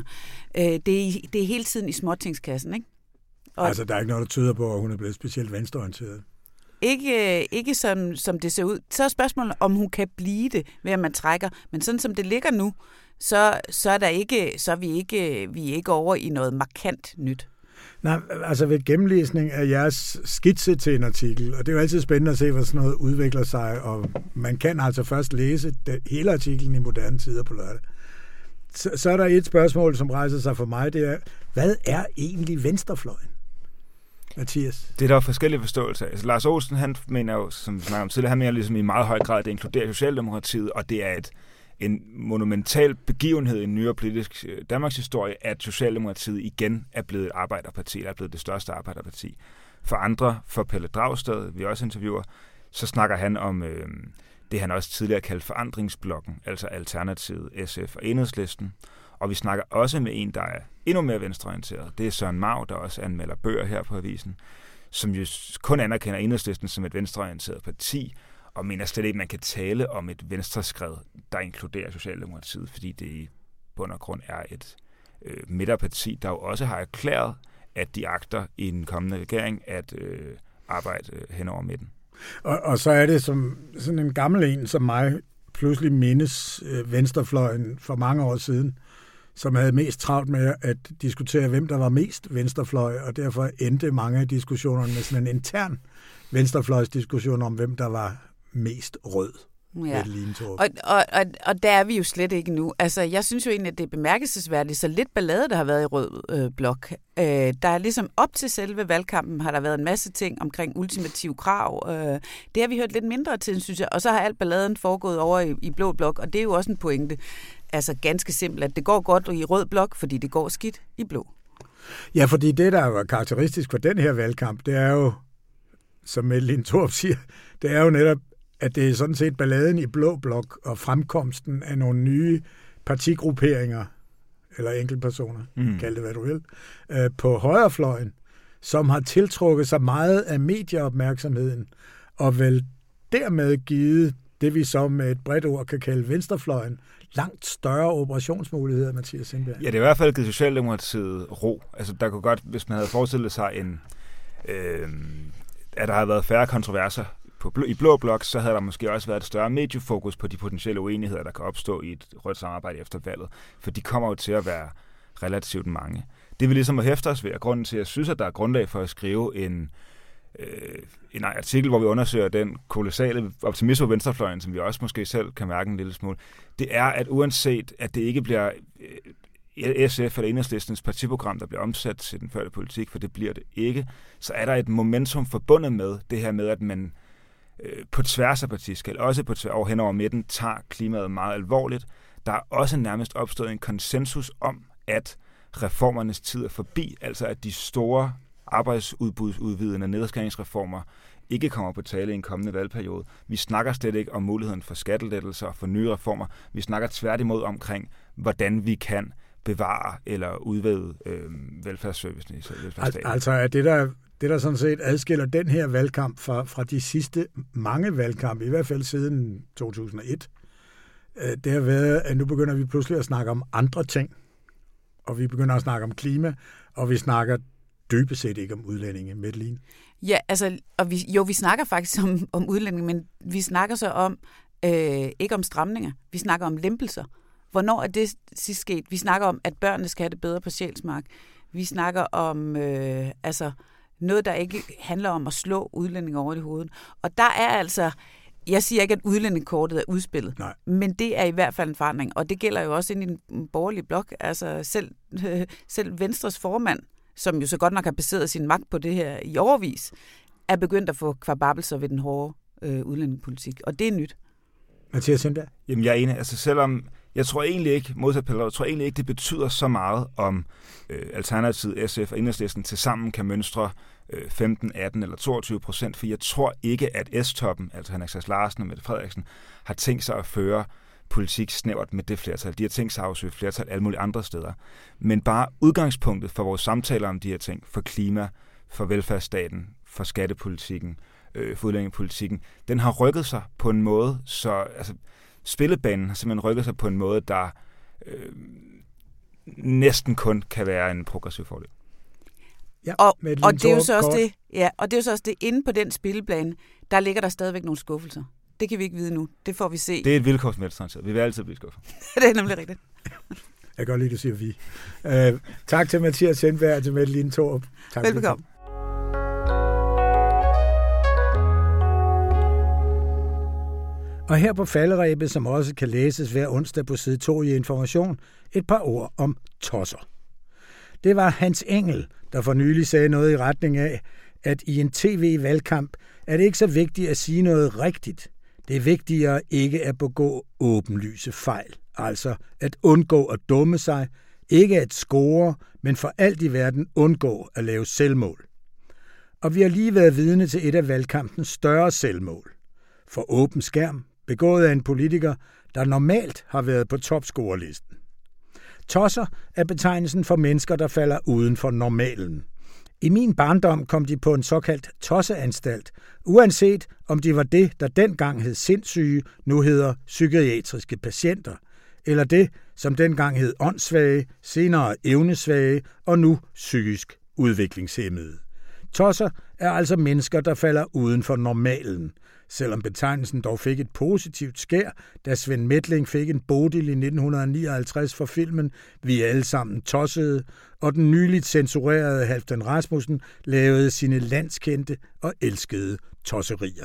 Det er hele tiden i småtingskassen, ikke? Og altså, der er ikke noget, der tyder på, at hun er blevet specielt venstreorienteret. Ikke som det ser ud. Så er spørgsmålet, om hun kan blive det, ved at man trækker. Men sådan som det ligger nu, så er vi ikke over i noget markant nyt. Nej, altså ved gennemlæsning af jeres skitse til en artikel, og det er jo altid spændende at se, hvad sådan noget udvikler sig, og man kan altså først læse hele artiklen i Moderne Tider på lørdag. Så er der et spørgsmål, som rejser sig for mig, det er, hvad er egentlig venstrefløjen? Mathias? Det er der forskellige forståelser af. Altså, Lars Olsen, han mener jo, som vi snakker om tidligere, han mener ligesom i meget høj grad, at det inkluderer Socialdemokratiet, og det er en monumental begivenhed i nyere politisk Danmarks historie, at Socialdemokratiet igen er blevet et arbejderparti, eller er blevet det største arbejderparti. For andre, for Pelle Dragsted, vi også interviewer, så snakker han om det, han også tidligere kaldte forandringsblokken, altså Alternativet, SF og Enhedslisten. Og vi snakker også med en, der er endnu mere venstreorienteret. Det er Søren Mau, der også anmelder bøger her på avisen, som jo kun anerkender Enhedslisten som et venstreorienteret parti, og mener slet ikke, at man kan tale om et venstreskred, der inkluderer Socialdemokratiet, fordi det i bund og grund er et midterparti, der jo også har erklæret, at de agter i en kommende regering at arbejde hen over midten. Og så er det som sådan en gammel en som mig, pludselig mindes venstrefløjen for mange år siden, som havde mest travlt med at diskutere, hvem der var mest venstrefløj, og derfor endte mange af diskussionerne med sådan en intern venstrefløjsdiskussion om, hvem der var mest rød. Ja. Og der er vi jo slet ikke nu. Altså, jeg synes jo egentlig, at det er bemærkelsesværdigt, så lidt ballade, der har været i rød blok. Der er ligesom op til selve valgkampen, har der været en masse ting omkring ultimative krav. Det har vi hørt lidt mindre til, synes jeg. Og så har alt balladen foregået over i blå blok, og det er jo også en pointe. Altså ganske simpelt, at det går godt i rød blok, fordi det går skidt i blå. Ja, fordi det, der var karakteristisk for den her valgkamp, det er jo, som Madeleine Thorup siger, det er jo netop, at det er sådan set balladen i blå blok og fremkomsten af nogle nye partigrupperinger, eller enkeltpersoner, kald det hvad du vil, på højrefløjen, som har tiltrukket sig meget af medieopmærksomheden, og vel dermed givet det, vi så med et bredt ord kan kalde venstrefløjen, langt større operationsmuligheder, Mathias Sindberg. Ja, det er i hvert fald givet Socialdemokratiet ro. Altså, der kunne godt, hvis man havde forestillet sig at der havde været færre kontroverser i blå blok, så havde der måske også været et større mediefokus på de potentielle uenigheder, der kan opstå i et rødt samarbejde efter valget. For de kommer jo til at være relativt mange. Det vil ligesom at hæfte os ved, og grunden til, at jeg synes, at der er grundlag for at skrive en artikel, hvor vi undersøger den kolossale optimisme på venstrefløjen, som vi også måske selv kan mærke en lille smule, det er, at uanset at det ikke bliver SF eller Enhedslistens partiprogram, der bliver omsat til den førte politik, for det bliver det ikke, så er der et momentum forbundet med det her med, at man på tværs af partiskal, også hen over midten, tager klimaet meget alvorligt. Der er også nærmest opstået en konsensus om, at reformernes tid er forbi, altså at de store arbejdsudbudsudvidende nedskæringsreformer ikke kommer på tale i en kommende valgperiode. Vi snakker slet ikke om muligheden for skattelettelser og for nye reformer. Vi snakker tværtimod omkring, hvordan vi kan bevare eller udvide velfærdsservicen i velfærdsstaten. Altså er det der sådan set adskiller den her valgkamp fra de sidste mange valgkampe, i hvert fald siden 2001, det har været, at nu begynder vi pludselig at snakke om andre ting, og vi begynder at snakke om klima, og vi snakker dybest set ikke om udlændinge, Madeleine. Ja, altså, og vi snakker faktisk om udlændinge, men vi snakker så om, ikke om stramninger, vi snakker om lempelser. Hvornår er det sidst sket? Vi snakker om, at børnene skal have det bedre på Sjælsmark. Vi snakker om noget, der ikke handler om at slå udlændinge over i hovedet. Og der er altså Jeg siger ikke, at udlændingekortet er udspillet, Nej. men det er i hvert fald en forandring, og det gælder jo også ind i den borgerlige blok. Altså selv Venstres formand, som jo så godt nok har baseret sin magt på det her i årevis, er begyndt at få kvababelser ved den hårde udlændingepolitik, og det er nyt. Mathias Sindberg? Jamen, jeg er enig. Altså, selvom jeg tror egentlig ikke, modsat Pelle, jeg tror egentlig ikke, det betyder så meget, om Alternativet, SF og Enhedslisten tilsammen kan mønstre 15, 18 eller 22%, for jeg tror ikke, at S-toppen, altså Henrik Sass Larsen og Mette Frederiksen, har tænkt sig at føre politik snævert med det flertal. De har tænkt sig at afsøge flertal alle mulige andre steder. Men bare udgangspunktet for vores samtaler om de her ting, for klima, for velfærdsstaten, for skattepolitikken, for udlændingepolitikken, den har rykket sig på en måde, så altså, spillebanen har simpelthen rykket sig på en måde, der næsten kun kan være en progressiv fordel. Ja, og det er jo så også det, ja, og det er jo så også det, inde på den spillebane, der ligger der stadigvæk nogle skuffelser. Det kan vi ikke vide nu. Det får vi se. Det er et vilkårsmæssigt. Vi vil altid blive skuffet. Det er nemlig rigtigt. Jeg kan godt lide, du siger vi. Tak til Mathias Sindberg og til Mette Line Thorup. Velbekomme. Og her på falderebet, som også kan læses hver onsdag på side 2 i Information, et par ord om tosser. Det var Hans Engel, der for nylig sagde noget i retning af, at i en tv-valgkamp er det ikke så vigtigt at sige noget rigtigt. Det er vigtigere ikke at begå åbenlyse fejl, altså at undgå at dumme sig, ikke at score, men for alt i verden undgå at lave selvmål. Og vi har lige været vidne til et af valgkampens større selvmål. For åben skærm, begået af en politiker, der normalt har været på topscorerlisten. Tosser er betegnelsen for mennesker, der falder uden for normalen. I min barndom kom de på en såkaldt tosseanstalt, uanset om de var det, der dengang hed sindssyge, nu hedder psykiatriske patienter, eller det, som dengang hed åndssvage, senere evnesvage og nu psykisk udviklingshæmmede. Tosser er altså mennesker, der falder uden for normalen, selvom betegnelsen dog fik et positivt skær, da Svend Methling fik en Bodil i 1959 for filmen Vi er alle sammen tossede, og den nyligt censurerede Halfdan Rasmussen lavede sine landskendte og elskede tosserier.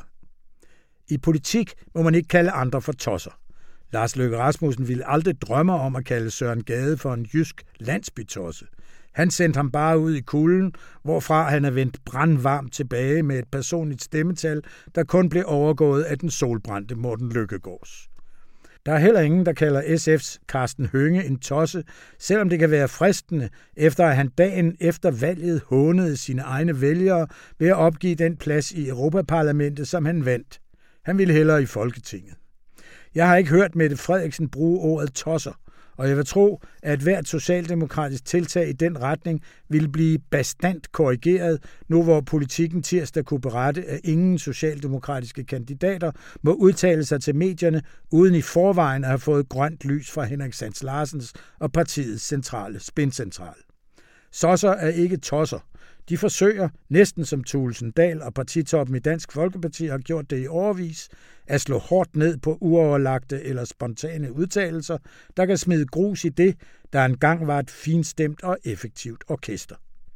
I politik må man ikke kalde andre for tosser. Lars Løkke Rasmussen ville aldrig drømme om at kalde Søren Gade for en jysk landsbytosse. Han sendte ham bare ud i kulden, hvorfra han er vendt brandvarmt tilbage med et personligt stemmetal, der kun blev overgået af den solbrændte Morten Løkkegaards. Der er heller ingen, der kalder SF's Karsten Hønge en tosse, selvom det kan være fristende, efter at han dagen efter valget hånede sine egne vælgere ved at opgive den plads i Europaparlamentet, som han vandt. Han ville hellere i Folketinget. Jeg har ikke hørt Mette Frederiksen bruge ordet tosser, og jeg vil tro, at hvert socialdemokratisk tiltag i den retning ville blive bastant korrigeret, nu hvor Politikken tirsdag kunne berette, at ingen socialdemokratiske kandidater må udtale sig til medierne, uden i forvejen at have fået grønt lys fra Henrik Sass Larsens og partiets centrale spincentral. Sosser er ikke tosser. De forsøger, næsten som Thulesen Dahl og partitoppen i Dansk Folkeparti har gjort det i årevis, at slå hårdt ned på uoverlagte eller spontane udtalelser, der kan smide grus i det, der engang var et finstemt og effektivt orkester.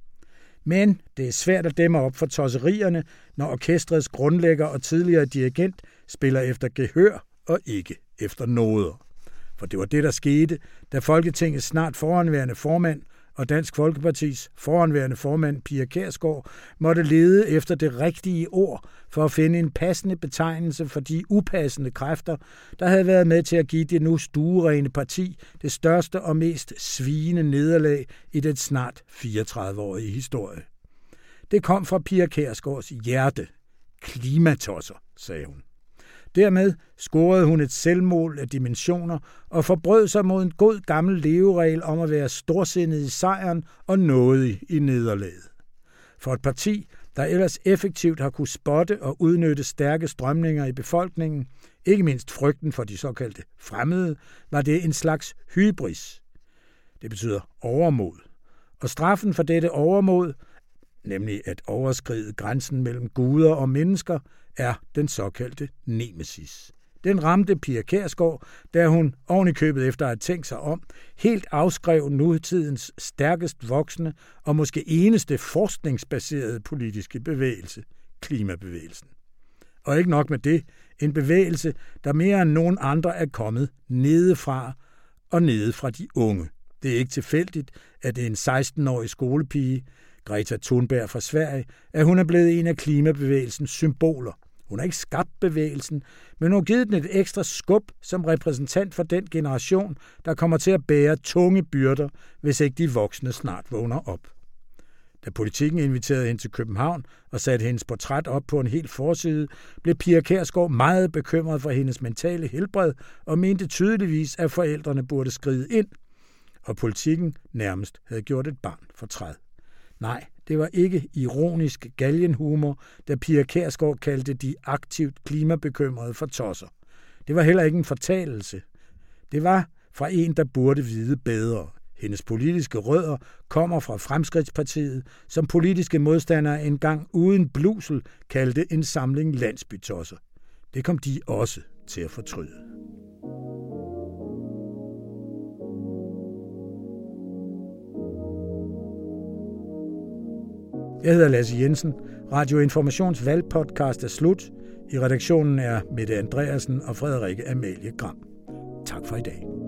Men det er svært at dæmme op for tosserierne, når orkestrets grundlægger og tidligere dirigent spiller efter gehør og ikke efter nåder. For det var det, der skete, da Folketingets snart foranværende formand og Dansk Folkepartis foranværende formand Pia Kjærsgaard måtte lede efter det rigtige ord for at finde en passende betegnelse for de upassende kræfter, der havde været med til at give det nu stuerene parti det største og mest svigende nederlag i det snart 34-årige historie. Det kom fra Pia Kjærsgaards hjerte. Klimatosser, sagde hun. Dermed scorede hun et selvmål af dimensioner og forbrød sig mod en god gammel leveregel om at være storsindet i sejren og nådig i nederlaget. For et parti, der ellers effektivt har kunne spotte og udnytte stærke strømninger i befolkningen, ikke mindst frygten for de såkaldte fremmede, var det en slags hybris. Det betyder overmod. Og straffen for dette overmod, nemlig at overskride grænsen mellem guder og mennesker, er den såkaldte nemesis. Den ramte Pia Kjærsgaard, da hun ovenikøbet efter at have tænkt sig om, helt afskrev nutidens stærkest voksende og måske eneste forskningsbaserede politiske bevægelse, klimabevægelsen. Og ikke nok med det, En bevægelse, der mere end nogen andre er kommet nedefra og nede fra de unge. Det er ikke tilfældigt, at det er en 16-årig skolepige, Greta Thunberg fra Sverige, at hun er blevet en af klimabevægelsens symboler. Hun har ikke skabt bevægelsen, men hun har givet den et ekstra skub som repræsentant for den generation, der kommer til at bære tunge byrder, hvis ikke de voksne snart vågner op. Da Politikken inviterede hende til København og satte hendes portræt op på en hel forside, blev Pia Kjærsgaard meget bekymret for hendes mentale helbred og mente tydeligvis, at forældrene burde skride ind, og Politikken nærmest havde gjort et barn fortræd. Nej, det var ikke ironisk galgenhumor, da Pia Kjærsgaard kaldte de aktivt klimabekymrede for tosser. Det var heller ikke en fortalelse. Det var fra en, der burde vide bedre. Hendes politiske rødder kommer fra Fremskridtspartiet, som politiske modstandere engang uden blusel kaldte en samling landsbytosser. Det kom de også til at fortryde. Jeg hedder Lasse Jensen. Radio Informations valgpodcast er slut. I redaktionen er Mette Andreasen og Frederikke Amalie Gram. Tak for i dag.